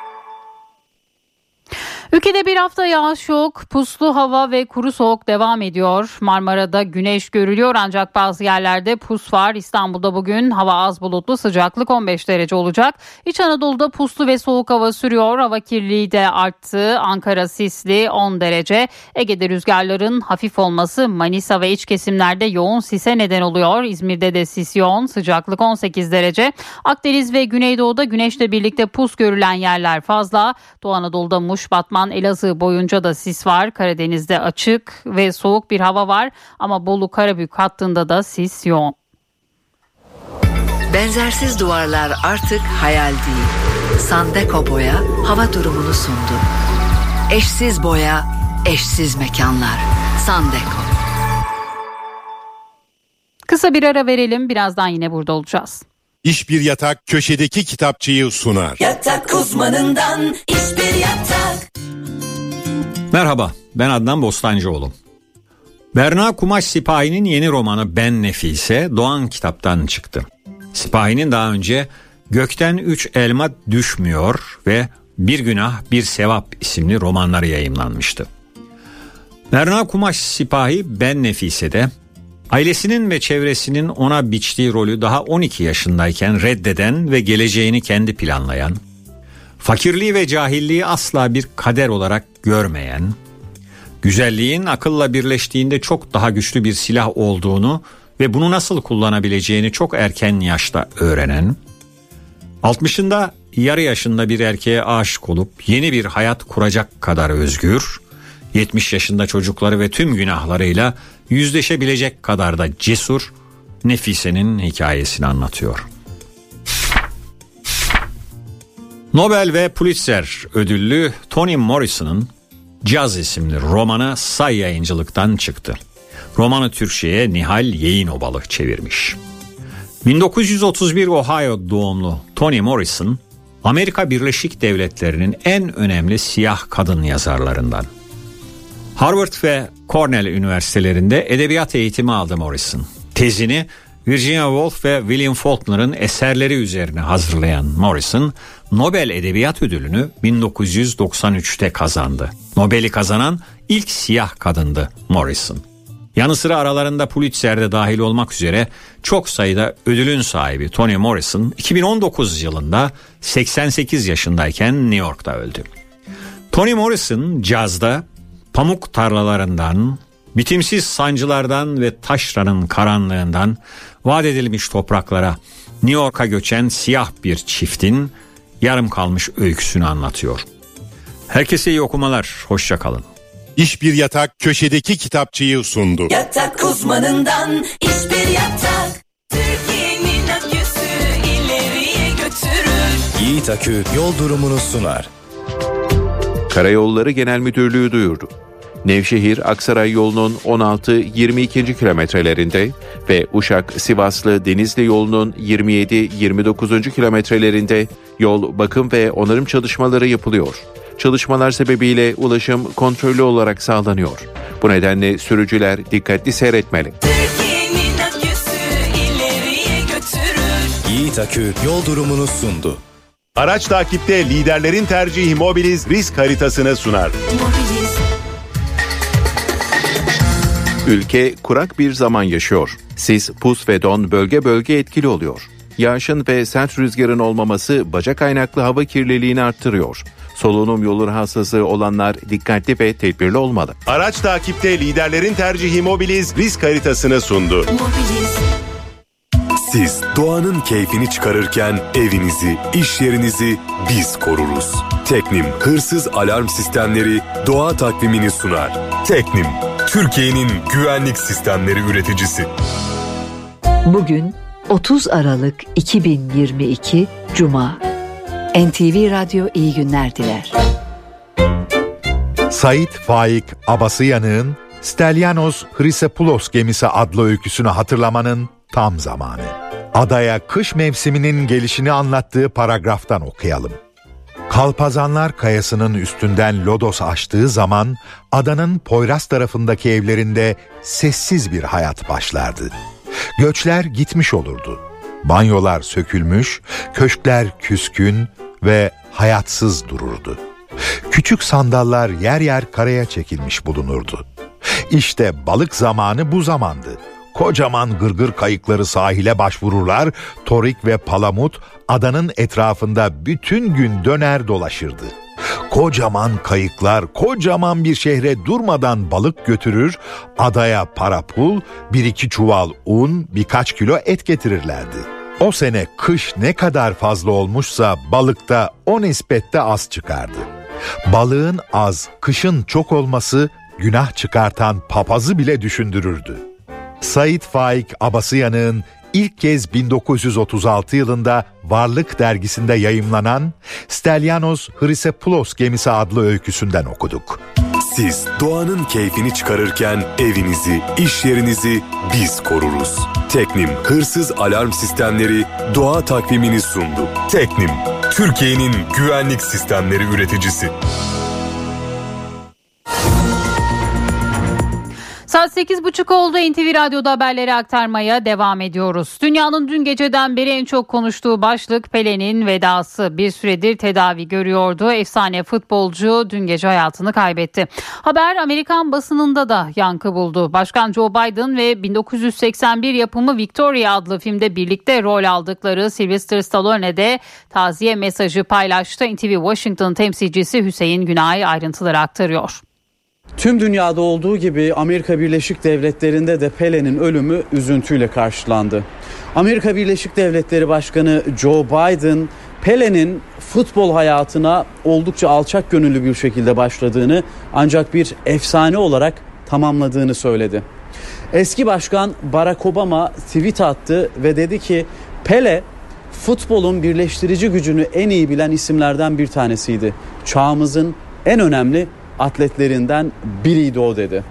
Ülkede bir hafta yağış yok, puslu hava ve kuru soğuk devam ediyor. Marmara'da güneş görülüyor ancak bazı yerlerde pus var. İstanbul'da bugün hava az bulutlu, sıcaklık on beş derece olacak. İç Anadolu'da puslu ve soğuk hava sürüyor. Hava kirliliği de arttı. Ankara sisli on derece. Ege'de rüzgarların hafif olması Manisa ve iç kesimlerde yoğun sise neden oluyor. İzmir'de de sis yoğun, sıcaklık on sekiz derece. Akdeniz ve Güneydoğu'da güneşle birlikte pus görülen yerler fazla. Doğu Anadolu'da Muş, Batman, Elazığ boyunca da sis var. Karadeniz'de açık ve soğuk bir hava var ama Bolu Karabük hattında da sis yoğun. Benzersiz duvarlar artık hayal değil. Sandeko Boya hava durumunu sundu. Eşsiz boya, eşsiz mekanlar. Sandeko. Kısa bir ara verelim, birazdan yine burada olacağız. İş Bir Yatak köşedeki kitapçıyı sunar. Yatak uzmanından İş Bir Yatak. Merhaba, ben Adnan Bostancıoğlu. Berna Kumaş Sipahi'nin yeni romanı Ben Nefise Doğan Kitap'tan çıktı. Sipahi'nin daha önce Gökten Üç Elma Düşmüyor ve Bir Günah Bir Sevap isimli romanları yayımlanmıştı. Berna Kumaş Sipahi Ben Nefise'de ailesinin ve çevresinin ona biçtiği rolü daha on iki yaşındayken reddeden ve geleceğini kendi planlayan, fakirliği ve cahilliği asla bir kader olarak görmeyen, güzelliğin akılla birleştiğinde çok daha güçlü bir silah olduğunu ve bunu nasıl kullanabileceğini çok erken yaşta öğrenen, altmışında yarı yaşında bir erkeğe aşık olup yeni bir hayat kuracak kadar özgür, yetmiş yaşında çocukları ve tüm günahlarıyla yüzleşebilecek kadar da cesur Nefise'nin hikayesini anlatıyor. Nobel ve Pulitzer ödüllü Toni Morrison'ın Caz isimli romanı Say Yayıncılık'tan çıktı. Romanı Türkçe'ye Nihal Yeğinobalı çevirmiş. bin dokuz yüz otuz bir Ohio doğumlu Toni Morrison, Amerika Birleşik Devletleri'nin en önemli siyah kadın yazarlarından. Harvard ve Cornell üniversitelerinde edebiyat eğitimi aldı Morrison. Tezini Virginia Woolf ve William Faulkner'ın eserleri üzerine hazırlayan Morrison, Nobel Edebiyat Ödülünü bin dokuz yüz doksan üçte kazandı. Nobel'i kazanan ilk siyah kadındı Morrison. Yanı sıra aralarında Pulitzer'de dahil olmak üzere çok sayıda ödülün sahibi Toni Morrison iki bin on dokuz yılında seksen sekiz yaşındayken New York'ta öldü. Toni Morrison cazda pamuk tarlalarından, bitimsiz sancılardan ve taşranın karanlığından vaat edilmiş topraklara New York'a göçen siyah bir çiftin yarım kalmış öyküsünü anlatıyor. Herkese iyi okumalar, hoşça kalın. İş Bir Yatak köşedeki kitapçıyı sundu. Yatak uzmanından iş bir yatak. Türkiye'nin aküsü ileriye götürür. Yiğit Akü yol durumunu sunar. Karayolları Genel Müdürlüğü duyurdu. Nevşehir-Aksaray yolunun on altı yirmi iki. kilometrelerinde ve Uşak-Sivaslı Denizli yolunun yirmi yedi yirmi dokuz. kilometrelerinde yol bakım ve onarım çalışmaları yapılıyor. Çalışmalar sebebiyle ulaşım kontrollü olarak sağlanıyor. Bu nedenle sürücüler dikkatli seyretmeli. Türkiye'nin aküsü ileriye götürür. Yiğit Akü yol durumunu sundu. Araç takipte liderlerin tercihi Mobiliz risk haritasını sunar. Mobiliz. Ülke kurak bir zaman yaşıyor. Sis, pus ve don bölge bölge etkili oluyor. Yağışın ve sert rüzgarın olmaması baca kaynaklı hava kirliliğini arttırıyor. Solunum yolu rahatsızlığı olanlar dikkatli ve tedbirli olmalı. Araç takipte liderlerin tercihi Mobiliz risk haritasını sundu. Mobiliz. Siz doğanın keyfini çıkarırken evinizi, iş yerinizi biz koruruz. Teknim hırsız alarm sistemleri doğa takvimini sunar. Teknim, Türkiye'nin güvenlik sistemleri üreticisi. Bugün otuz Aralık iki bin yirmi iki Cuma. N T V Radyo iyi günler diler. Sait Faik Abasıyanık'ın Stellianos Chrysopoulos gemisi adlı öyküsünü hatırlamanın tam zamanı. Adaya kış mevsiminin gelişini anlattığı paragraftan okuyalım. Kalpazanlar Kayası'nın üstünden lodos açtığı zaman adanın Poyraz tarafındaki evlerinde sessiz bir hayat başlardı. Göçler gitmiş olurdu. Banyolar sökülmüş, köşkler küskün ve hayatsız dururdu. Küçük sandallar yer yer karaya çekilmiş bulunurdu. İşte balık zamanı bu zamandı. Kocaman gırgır kayıkları sahile başvururlar, torik ve palamut adanın etrafında bütün gün döner dolaşırdı. Kocaman kayıklar kocaman bir şehre durmadan balık götürür, adaya para pul, bir iki çuval un, birkaç kilo et getirirlerdi. O sene kış ne kadar fazla olmuşsa balıkta o nispette az çıkardı. Balığın az, kışın çok olması günah çıkartan papazı bile düşündürürdü. Sait Faik Abasıyanık'ın ilk kez bin dokuz yüz otuz altı yılında Varlık dergisinde yayımlanan Stellianos Chrysopoulos gemisi adlı öyküsünden okuduk. Siz doğanın keyfini çıkarırken evinizi, iş yerinizi biz koruruz. Teknim hırsız alarm sistemleri doğa takvimini sundu. Teknim, Türkiye'nin güvenlik sistemleri üreticisi. Saat sekiz buçuk oldu. N T V Radyo'da haberleri aktarmaya devam ediyoruz. Dünyanın dün geceden beri en çok konuştuğu başlık Pele'nin vedası. Bir süredir tedavi görüyordu. Efsane futbolcu dün gece hayatını kaybetti. Haber Amerikan basınında da yankı buldu. Başkan Joe Biden ve bin dokuz yüz seksen bir yapımı Victoria adlı filmde birlikte rol aldıkları Sylvester Stallone de taziye mesajı paylaştı. N T V Washington temsilcisi Hüseyin Günay ayrıntıları aktarıyor. Tüm dünyada olduğu gibi Amerika Birleşik Devletleri'nde de Pele'nin ölümü üzüntüyle karşılandı. Amerika Birleşik Devletleri Başkanı Joe Biden, Pele'nin futbol hayatına oldukça alçak gönüllü bir şekilde başladığını ancak bir efsane olarak tamamladığını söyledi. Eski başkan Barack Obama tweet attı ve dedi ki Pele futbolun birleştirici gücünü en iyi bilen isimlerden bir tanesiydi. Çağımızın en önemli atletlerinden biriydi o dedi.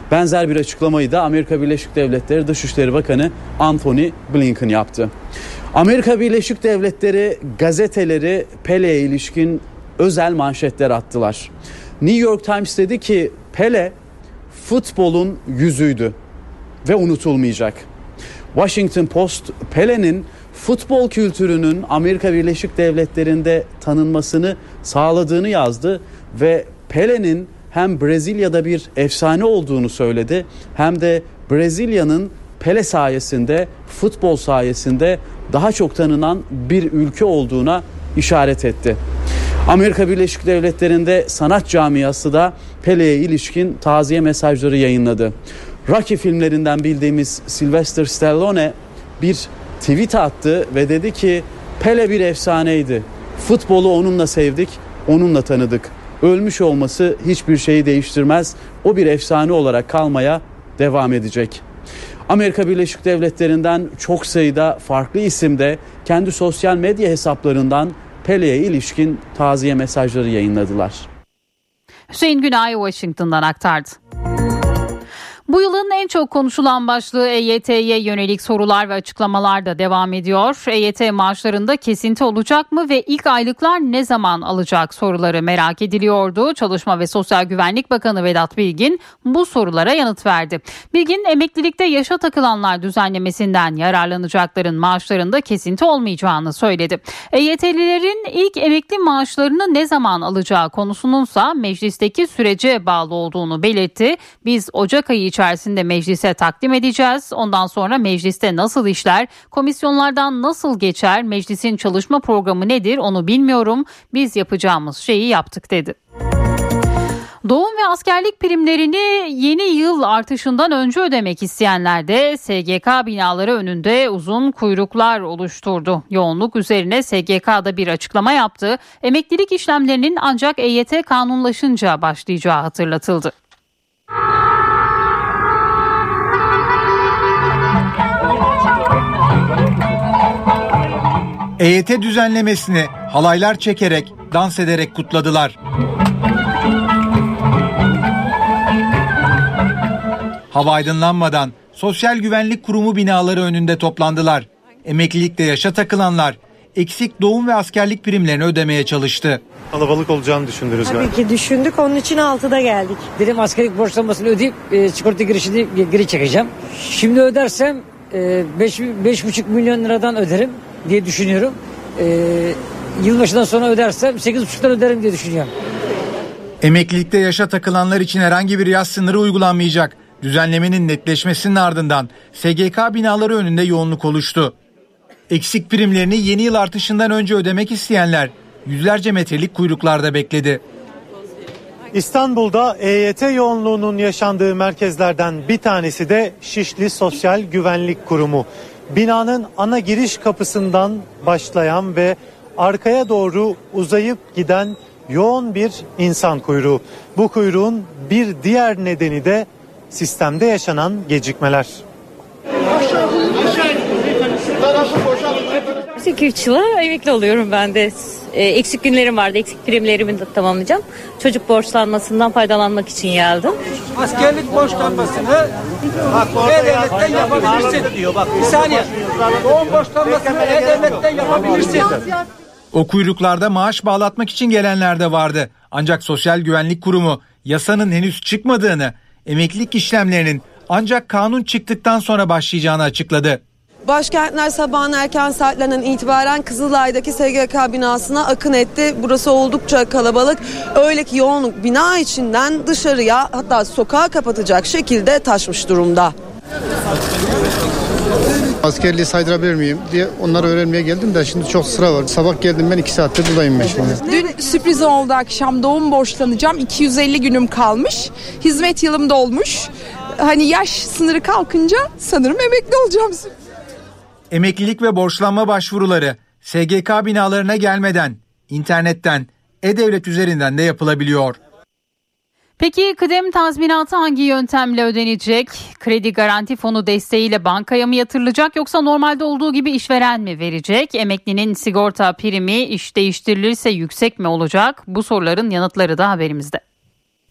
Benzer bir açıklamayı da Amerika Birleşik Devletleri Dışişleri Bakanı Antony Blinken yaptı. Amerika Birleşik Devletleri gazeteleri Pele'ye ilişkin özel manşetler attılar. New York Times dedi ki Pele futbolun yüzüydü ve unutulmayacak. Washington Post Pele'nin futbol kültürünün Amerika Birleşik Devletleri'nde tanınmasını sağladığını yazdı ve Pele'nin hem Brezilya'da bir efsane olduğunu söyledi hem de Brezilya'nın Pele sayesinde, futbol sayesinde daha çok tanınan bir ülke olduğuna işaret etti. Amerika Birleşik Devletleri'nde sanat camiası da Pele'ye ilişkin taziye mesajları yayınladı. Rocky filmlerinden bildiğimiz Sylvester Stallone bir tweet attı ve dedi ki Pele bir efsaneydi. Futbolu onunla sevdik, onunla tanıdık. Ölmüş olması hiçbir şeyi değiştirmez. O bir efsane olarak kalmaya devam edecek. Amerika Birleşik Devletleri'nden çok sayıda farklı isimde kendi sosyal medya hesaplarından Pele'ye ilişkin taziye mesajları yayınladılar. Hüseyin Günay Washington'dan aktardı. Bu yılın en çok konuşulan başlığı E Y T'ye yönelik sorular ve açıklamalar da devam ediyor. E Y T maaşlarında kesinti olacak mı ve ilk aylıklar ne zaman alacak soruları merak ediliyordu. Çalışma ve Sosyal Güvenlik Bakanı Vedat Bilgin bu sorulara yanıt verdi. Bilgin emeklilikte yaşa takılanlar düzenlemesinden yararlanacakların maaşlarında kesinti olmayacağını söyledi. E Y T'lilerin ilk emekli maaşlarını ne zaman alacağı konusununsa meclisteki sürece bağlı olduğunu belirtti. Biz Ocak ayı içerisinde meclise takdim edeceğiz. Ondan sonra mecliste nasıl işler, komisyonlardan nasıl geçer, meclisin çalışma programı nedir onu bilmiyorum. Biz yapacağımız şeyi yaptık dedi. Doğum ve askerlik primlerini yeni yıl artışından önce ödemek isteyenler de S G K binaları önünde uzun kuyruklar oluşturdu. Yoğunluk üzerine S G K'da bir açıklama yaptı. Emeklilik işlemlerinin ancak E Y T kanunlaşınca başlayacağı hatırlatıldı. E Y T düzenlemesini halaylar çekerek, dans ederek kutladılar. Hava aydınlanmadan Sosyal Güvenlik Kurumu binaları önünde toplandılar. Emeklilikte yaşa takılanlar eksik doğum ve askerlik primlerini ödemeye çalıştı. Kalabalık olacağını düşündünüz galiba. Tabii ki düşündük, onun için altıda geldik. Dedim askerlik borçlanmasını ödeyip e, sigorta girişini geri çekeceğim. Şimdi ödersem beş buçuk milyon liradan öderim diye düşünüyorum. E, yılbaşından sonra ödersem sekiz buçuktan öderim diye düşünüyorum. Emeklilikte yaşa takılanlar için herhangi bir yaş sınırı uygulanmayacak. Düzenlemenin netleşmesinin ardından S G K binaları önünde yoğunluk oluştu. Eksik primlerini yeni yıl artışından önce ödemek isteyenler yüzlerce metrelik kuyruklarda bekledi. İstanbul'da E Y T yoğunluğunun yaşandığı merkezlerden bir tanesi de Şişli Sosyal Güvenlik Kurumu. Binanın ana giriş kapısından başlayan ve arkaya doğru uzayıp giden yoğun bir insan kuyruğu. Bu kuyruğun bir diğer nedeni de sistemde yaşanan gecikmeler. iki üç yıla emekli oluyorum ben de. E, eksik günlerim vardı. Eksik primlerimi de tamamlayacağım. Çocuk borçlanmasından faydalanmak için geldim. Askerlik borçlanmasını E-Devlet'ten yapabilirsin. Diyor, bak, bir saniye. Doğum borçlanmasını E-Devlet'ten yapabilirsin. O kuyruklarda maaş bağlatmak için gelenler de vardı. Ancak Sosyal Güvenlik Kurumu yasanın henüz çıkmadığını, emeklilik işlemlerinin ancak kanun çıktıktan sonra başlayacağını açıkladı. Başkentler sabahın erken saatlerinden itibaren Kızılay'daki S G K binasına akın etti. Burası oldukça kalabalık. Öyle ki yoğunluk bina içinden dışarıya, hatta sokağa kapatacak şekilde taşmış durumda. Askerliği saydırabilir miyim diye onları öğrenmeye geldim de şimdi çok sıra var. Sabah geldim, ben iki saattir buradayım ben şimdi. Dün sürpriz oldu, akşam doğum borçlanacağım. iki yüz elli günüm kalmış. Hizmet yılım dolmuş. Hani yaş sınırı kalkınca sanırım emekli olacağım. Emeklilik ve borçlanma başvuruları S G K binalarına gelmeden internetten, E-Devlet üzerinden de yapılabiliyor. Peki kıdem tazminatı hangi yöntemle ödenecek? Kredi Garanti Fonu desteğiyle bankaya mı yatırılacak yoksa normalde olduğu gibi işveren mi verecek? Emeklinin sigorta primi iş değiştirilirse yüksek mi olacak? Bu soruların yanıtları da haberimizde.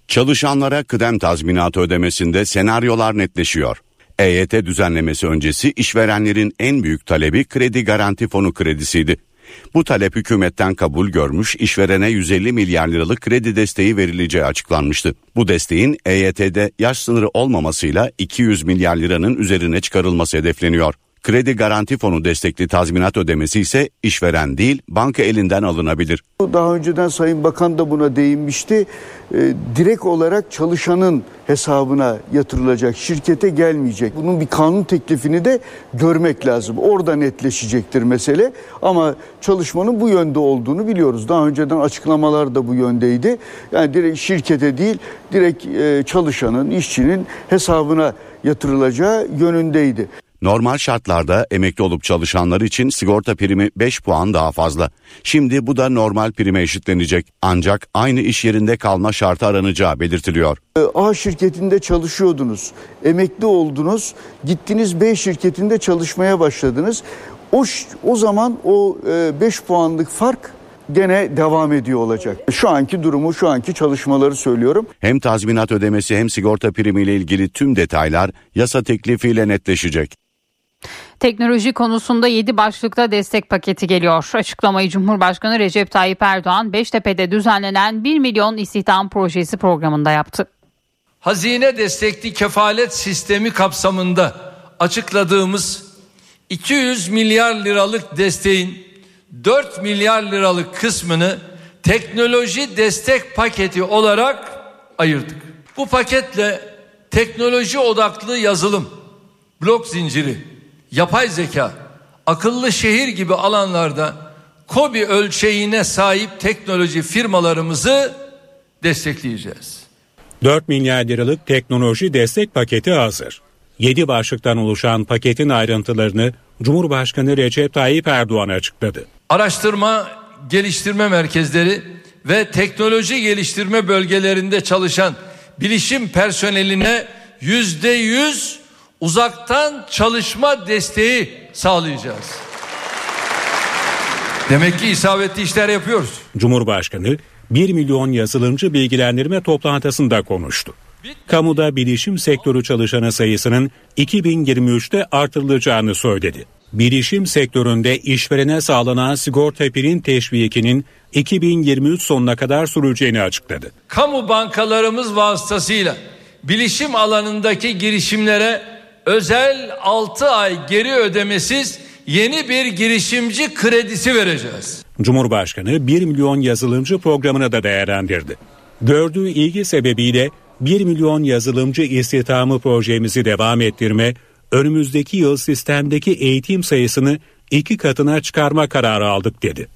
Çalışanlara kıdem tazminatı ödemesinde senaryolar netleşiyor. E Y T düzenlemesi öncesi işverenlerin en büyük talebi kredi garanti fonu kredisiydi. Bu talep hükümetten kabul görmüş, işverene yüz elli milyar liralık kredi desteği verileceği açıklanmıştı. Bu desteğin E Y T'de yaş sınırı olmamasıyla iki yüz milyar liranın üzerine çıkarılması hedefleniyor. Kredi garanti fonu destekli tazminat ödemesi ise işveren değil banka elinden alınabilir. Daha önceden Sayın Bakan da buna değinmişti. Ee, direkt olarak çalışanın hesabına yatırılacak, şirkete gelmeyecek. Bunun bir kanun teklifini de görmek lazım. Orada netleşecektir mesele. Ama çalışmanın bu yönde olduğunu biliyoruz. Daha önceden açıklamalar da bu yöndeydi. Yani direkt şirkete değil, direkt e, çalışanın, işçinin hesabına yatırılacağı yönündeydi. Normal şartlarda emekli olup çalışanlar için sigorta primi beş puan daha fazla. Şimdi bu da normal prime eşitlenecek. Ancak aynı iş yerinde kalma şartı aranacağı belirtiliyor. A şirketinde çalışıyordunuz, emekli oldunuz, gittiniz B şirketinde çalışmaya başladınız. O, o zaman o beş puanlık fark gene devam ediyor olacak. Şu anki durumu, şu anki çalışmaları söylüyorum. Hem tazminat ödemesi hem sigorta primiyle ilgili tüm detaylar yasa teklifiyle netleşecek. Teknoloji konusunda yedi başlıkta destek paketi geliyor. Açıklamayı Cumhurbaşkanı Recep Tayyip Erdoğan Beştepe'de düzenlenen bir milyon istihdam projesi programında yaptı. Hazine destekli kefalet sistemi kapsamında açıkladığımız iki yüz milyar liralık desteğin dört milyar liralık kısmını teknoloji destek paketi olarak ayırdık. Bu paketle teknoloji odaklı yazılım, blok zinciri, yapay zeka, akıllı şehir gibi alanlarda KOBİ ölçeğine sahip teknoloji firmalarımızı destekleyeceğiz. dört milyar liralık teknoloji destek paketi hazır. yedi başlıktan oluşan paketin ayrıntılarını Cumhurbaşkanı Recep Tayyip Erdoğan açıkladı. Araştırma, geliştirme merkezleri ve teknoloji geliştirme bölgelerinde çalışan bilişim personeline yüzde yüz uzaktan çalışma desteği sağlayacağız. Demek ki isabetli işler yapıyoruz. Cumhurbaşkanı bir milyon yazılımcı bilgilendirme toplantısında konuştu. Kamuda bilişim sektörü çalışanı sayısının iki bin yirmi üçte artırılacağını söyledi. Bilişim sektöründe işverene sağlanan sigorta prim teşvikinin iki bin yirmi üç sonuna kadar süreceğini açıkladı. Kamu bankalarımız vasıtasıyla bilişim alanındaki girişimlere özel altı ay geri ödemesiz yeni bir girişimci kredisi vereceğiz. Cumhurbaşkanı bir milyon yazılımcı programını da değerlendirdi. Gördüğü ilgi sebebiyle bir milyon yazılımcı istihdamı projemizi devam ettirme, önümüzdeki yıl sistemdeki eğitim sayısını iki katına çıkarma kararı aldık dedi.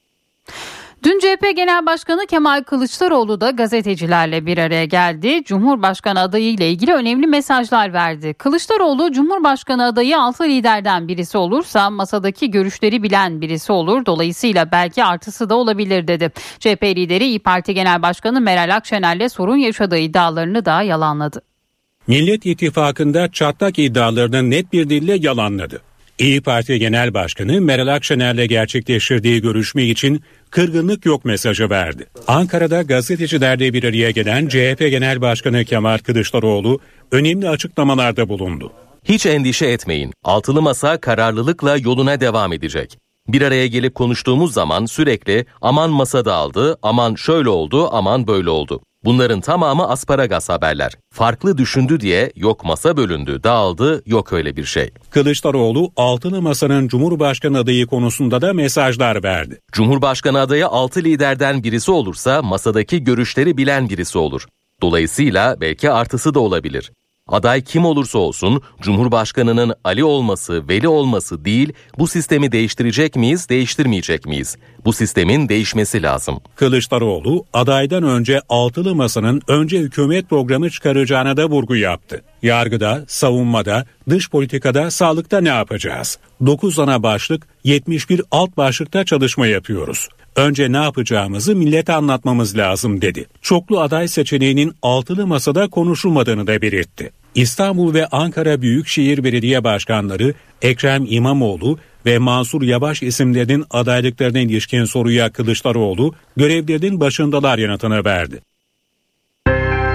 Dün C H P Genel Başkanı Kemal Kılıçdaroğlu da gazetecilerle bir araya geldi. Cumhurbaşkanı adayı ile ilgili önemli mesajlar verdi. Kılıçdaroğlu, Cumhurbaşkanı adayı altı liderden birisi olursa masadaki görüşleri bilen birisi olur. Dolayısıyla belki artısı da olabilir dedi. C H P lideri İYİ Parti Genel Başkanı Meral Akşener'le sorun yaşadığı iddialarını da yalanladı. Millet İttifakı'nda çatlak iddialarını net bir dille yalanladı. İYİ Parti Genel Başkanı Meral Akşener'le gerçekleştirdiği görüşme için kırgınlık yok mesajı verdi. Ankara'da gazetecilerle bir araya gelen C H P Genel Başkanı Kemal Kılıçdaroğlu önemli açıklamalarda bulundu. Hiç endişe etmeyin. Altılı Masa kararlılıkla yoluna devam edecek. Bir araya gelip konuştuğumuz zaman sürekli aman masa dağıldı, aman şöyle oldu, aman böyle oldu. Bunların tamamı asparagas haberler. Farklı düşündü diye yok masa bölündü, dağıldı, yok öyle bir şey. Kılıçdaroğlu Altılı Masa'nın Cumhurbaşkanı adayı konusunda da mesajlar verdi. Cumhurbaşkanı adayı altı liderden birisi olursa masadaki görüşleri bilen birisi olur. Dolayısıyla belki artısı da olabilir. Aday kim olursa olsun Cumhurbaşkanının Ali olması, Veli olması değil, bu sistemi değiştirecek miyiz, değiştirmeyecek miyiz? Bu sistemin değişmesi lazım. Kılıçdaroğlu adaydan önce Altılı Masa'nın önce hükümet programı çıkaracağına da vurgu yaptı. Yargıda, savunmada, dış politikada, sağlıkta ne yapacağız? dokuz ana başlık, yetmiş bir alt başlıkta çalışma yapıyoruz. Önce ne yapacağımızı millete anlatmamız lazım dedi. Çoklu aday seçeneğinin Altılı Masa'da konuşulmadığını da belirtti. İstanbul ve Ankara Büyükşehir Belediye Başkanları Ekrem İmamoğlu ve Mansur Yavaş isimlerinin adaylıklarına ilişkin soruya Kılıçdaroğlu görevlerinin başındalar yanıtını verdi.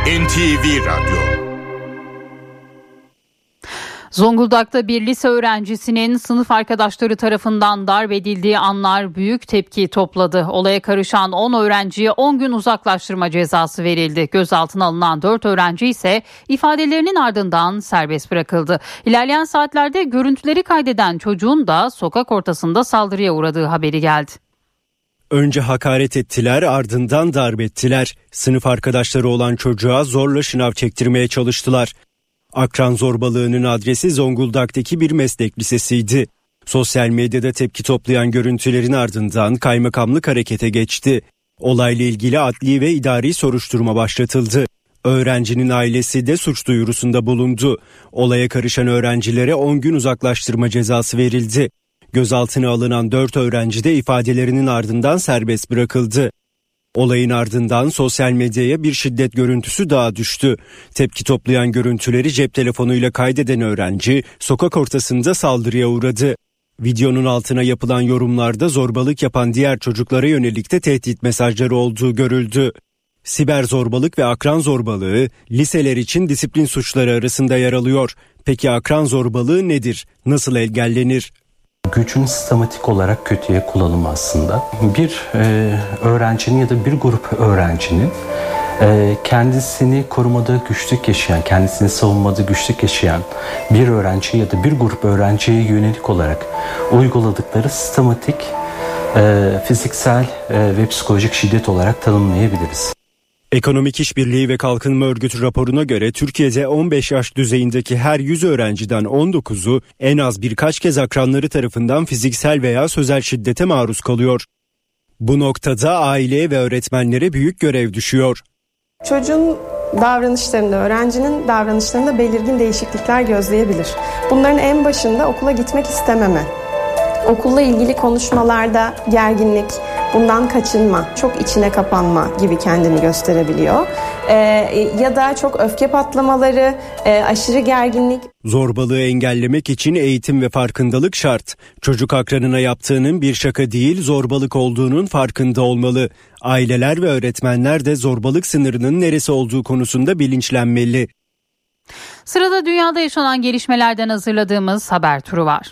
N T V Radyo. Zonguldak'ta bir lise öğrencisinin sınıf arkadaşları tarafından darp edildiği anlar büyük tepki topladı. Olaya karışan on öğrenciye on gün uzaklaştırma cezası verildi. Gözaltına alınan dört öğrenci ise ifadelerinin ardından serbest bırakıldı. İlerleyen saatlerde görüntüleri kaydeden çocuğun da sokak ortasında saldırıya uğradığı haberi geldi. Önce hakaret ettiler, ardından darp ettiler. Sınıf arkadaşları olan çocuğa zorla şınav çektirmeye çalıştılar. Akran zorbalığının adresi Zonguldak'taki bir meslek lisesiydi. Sosyal medyada tepki toplayan görüntülerin ardından kaymakamlık harekete geçti. Olayla ilgili adli ve idari soruşturma başlatıldı. Öğrencinin ailesi de suç duyurusunda bulundu. Olaya karışan öğrencilere on gün uzaklaştırma cezası verildi. Gözaltına alınan dört öğrenci de ifadelerinin ardından serbest bırakıldı. Olayın ardından sosyal medyaya bir şiddet görüntüsü daha düştü. Tepki toplayan görüntüleri cep telefonuyla kaydeden öğrenci sokak ortasında saldırıya uğradı. Videonun altına yapılan yorumlarda zorbalık yapan diğer çocuklara yönelik de tehdit mesajları olduğu görüldü. Siber zorbalık ve akran zorbalığı liseler için disiplin suçları arasında yer alıyor. Peki akran zorbalığı nedir? Nasıl engellenir? Gücün sistematik olarak kötüye kullanımı aslında. Bir e, öğrencinin ya da bir grup öğrencinin e, kendisini korumada güçlük yaşayan, kendisini savunmada güçlük yaşayan bir öğrenci ya da bir grup öğrenciye yönelik olarak uyguladıkları sistematik e, fiziksel e, ve psikolojik şiddet olarak tanımlayabiliriz. Ekonomik İşbirliği ve Kalkınma Örgütü raporuna göre Türkiye'de on beş yaş düzeyindeki her yüz öğrenciden on dokuzu en az birkaç kez akranları tarafından fiziksel veya sözel şiddete maruz kalıyor. Bu noktada aileye ve öğretmenlere büyük görev düşüyor. Çocuğun davranışlarında, öğrencinin davranışlarında belirgin değişiklikler gözleyebilir. Bunların en başında okula gitmek istememe, okulla ilgili konuşmalarda gerginlik, bundan kaçınma, çok içine kapanma gibi kendini gösterebiliyor. Ee, ya da çok öfke patlamaları, e, aşırı gerginlik. Zorbalığı engellemek için eğitim ve farkındalık şart. Çocuk akranına yaptığının bir şaka değil, zorbalık olduğunun farkında olmalı. Aileler ve öğretmenler de zorbalık sınırının neresi olduğu konusunda bilinçlenmeli. Sırada dünyada yaşanan gelişmelerden hazırladığımız haber turu var.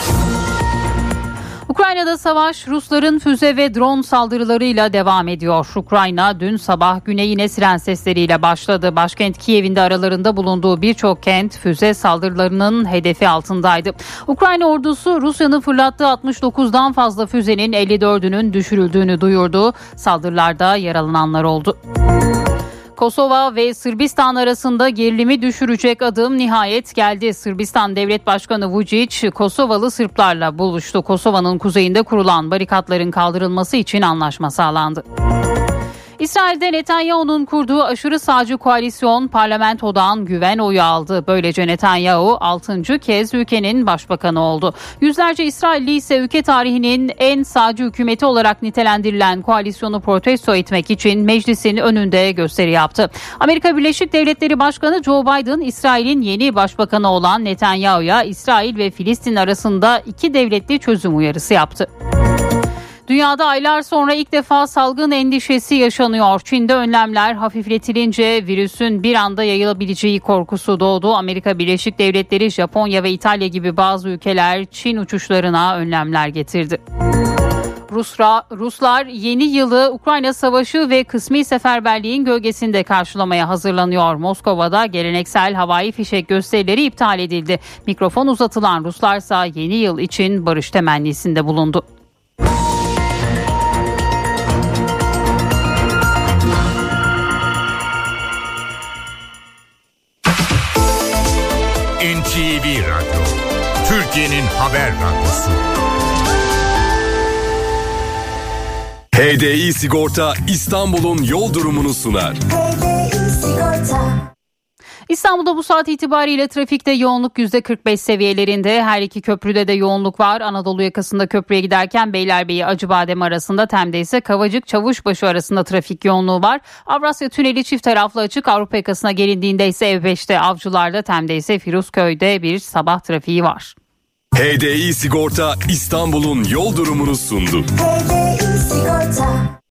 Ukrayna'da savaş Rusların füze ve drone saldırılarıyla devam ediyor. Ukrayna dün sabah güne yine siren sesleriyle başladı. Başkent Kiev'in de aralarında bulunduğu birçok kent füze saldırılarının hedefi altındaydı. Ukrayna ordusu Rusya'nın fırlattığı altmış dokuzdan fazla füzenin elli dördünün düşürüldüğünü duyurdu. Saldırılarda yaralananlar oldu. Kosova ve Sırbistan arasında gerilimi düşürecek adım nihayet geldi. Sırbistan Devlet Başkanı Vučić, Kosovalı Sırplarla buluştu. Kosova'nın kuzeyinde kurulan barikatların kaldırılması için anlaşma sağlandı. İsrail'de Netanyahu'nun kurduğu aşırı sağcı koalisyon parlamentodan güven oyu aldı. Böylece Netanyahu altıncı kez ülkenin başbakanı oldu. Yüzlerce İsrailli ise ülke tarihinin en sağcı hükümeti olarak nitelendirilen koalisyonu protesto etmek için meclisin önünde gösteri yaptı. Amerika Birleşik Devletleri Başkanı Joe Biden, İsrail'in yeni başbakanı olan Netanyahu'ya İsrail ve Filistin arasında iki devletli çözüm uyarısı yaptı. Dünyada aylar sonra ilk defa salgın endişesi yaşanıyor. Çin'de önlemler hafifletilince virüsün bir anda yayılabileceği korkusu doğdu. Amerika Birleşik Devletleri, Japonya ve İtalya gibi bazı ülkeler Çin uçuşlarına önlemler getirdi. Rusra, Ruslar yeni yılı Ukrayna Savaşı ve kısmi seferberliğin gölgesinde karşılamaya hazırlanıyor. Moskova'da geleneksel havai fişek gösterileri iptal edildi. Mikrofon uzatılan Ruslarsa yeni yıl için barış temennisinde bulundu. N T V Radyo, Türkiye'nin haber radyosu. H D I Sigorta İstanbul'un yol durumunu sunar. İstanbul'da bu saat itibariyle trafikte yoğunluk yüzde kırk beş seviyelerinde. Her iki köprüde de yoğunluk var. Anadolu yakasında köprüye giderken Beylerbeyi Acıbadem arasında, Tem'de ise Kavacık Çavuşbaşı arasında trafik yoğunluğu var. Avrasya Tüneli çift taraflı açık. Avrupa yakasına gelindiğinde ise E beşte Avcılar'da, Tem'de ise Firuzköy'de bir sabah trafiği var. H D I Sigorta İstanbul'un yol durumunu sundu. H D I Sigorta.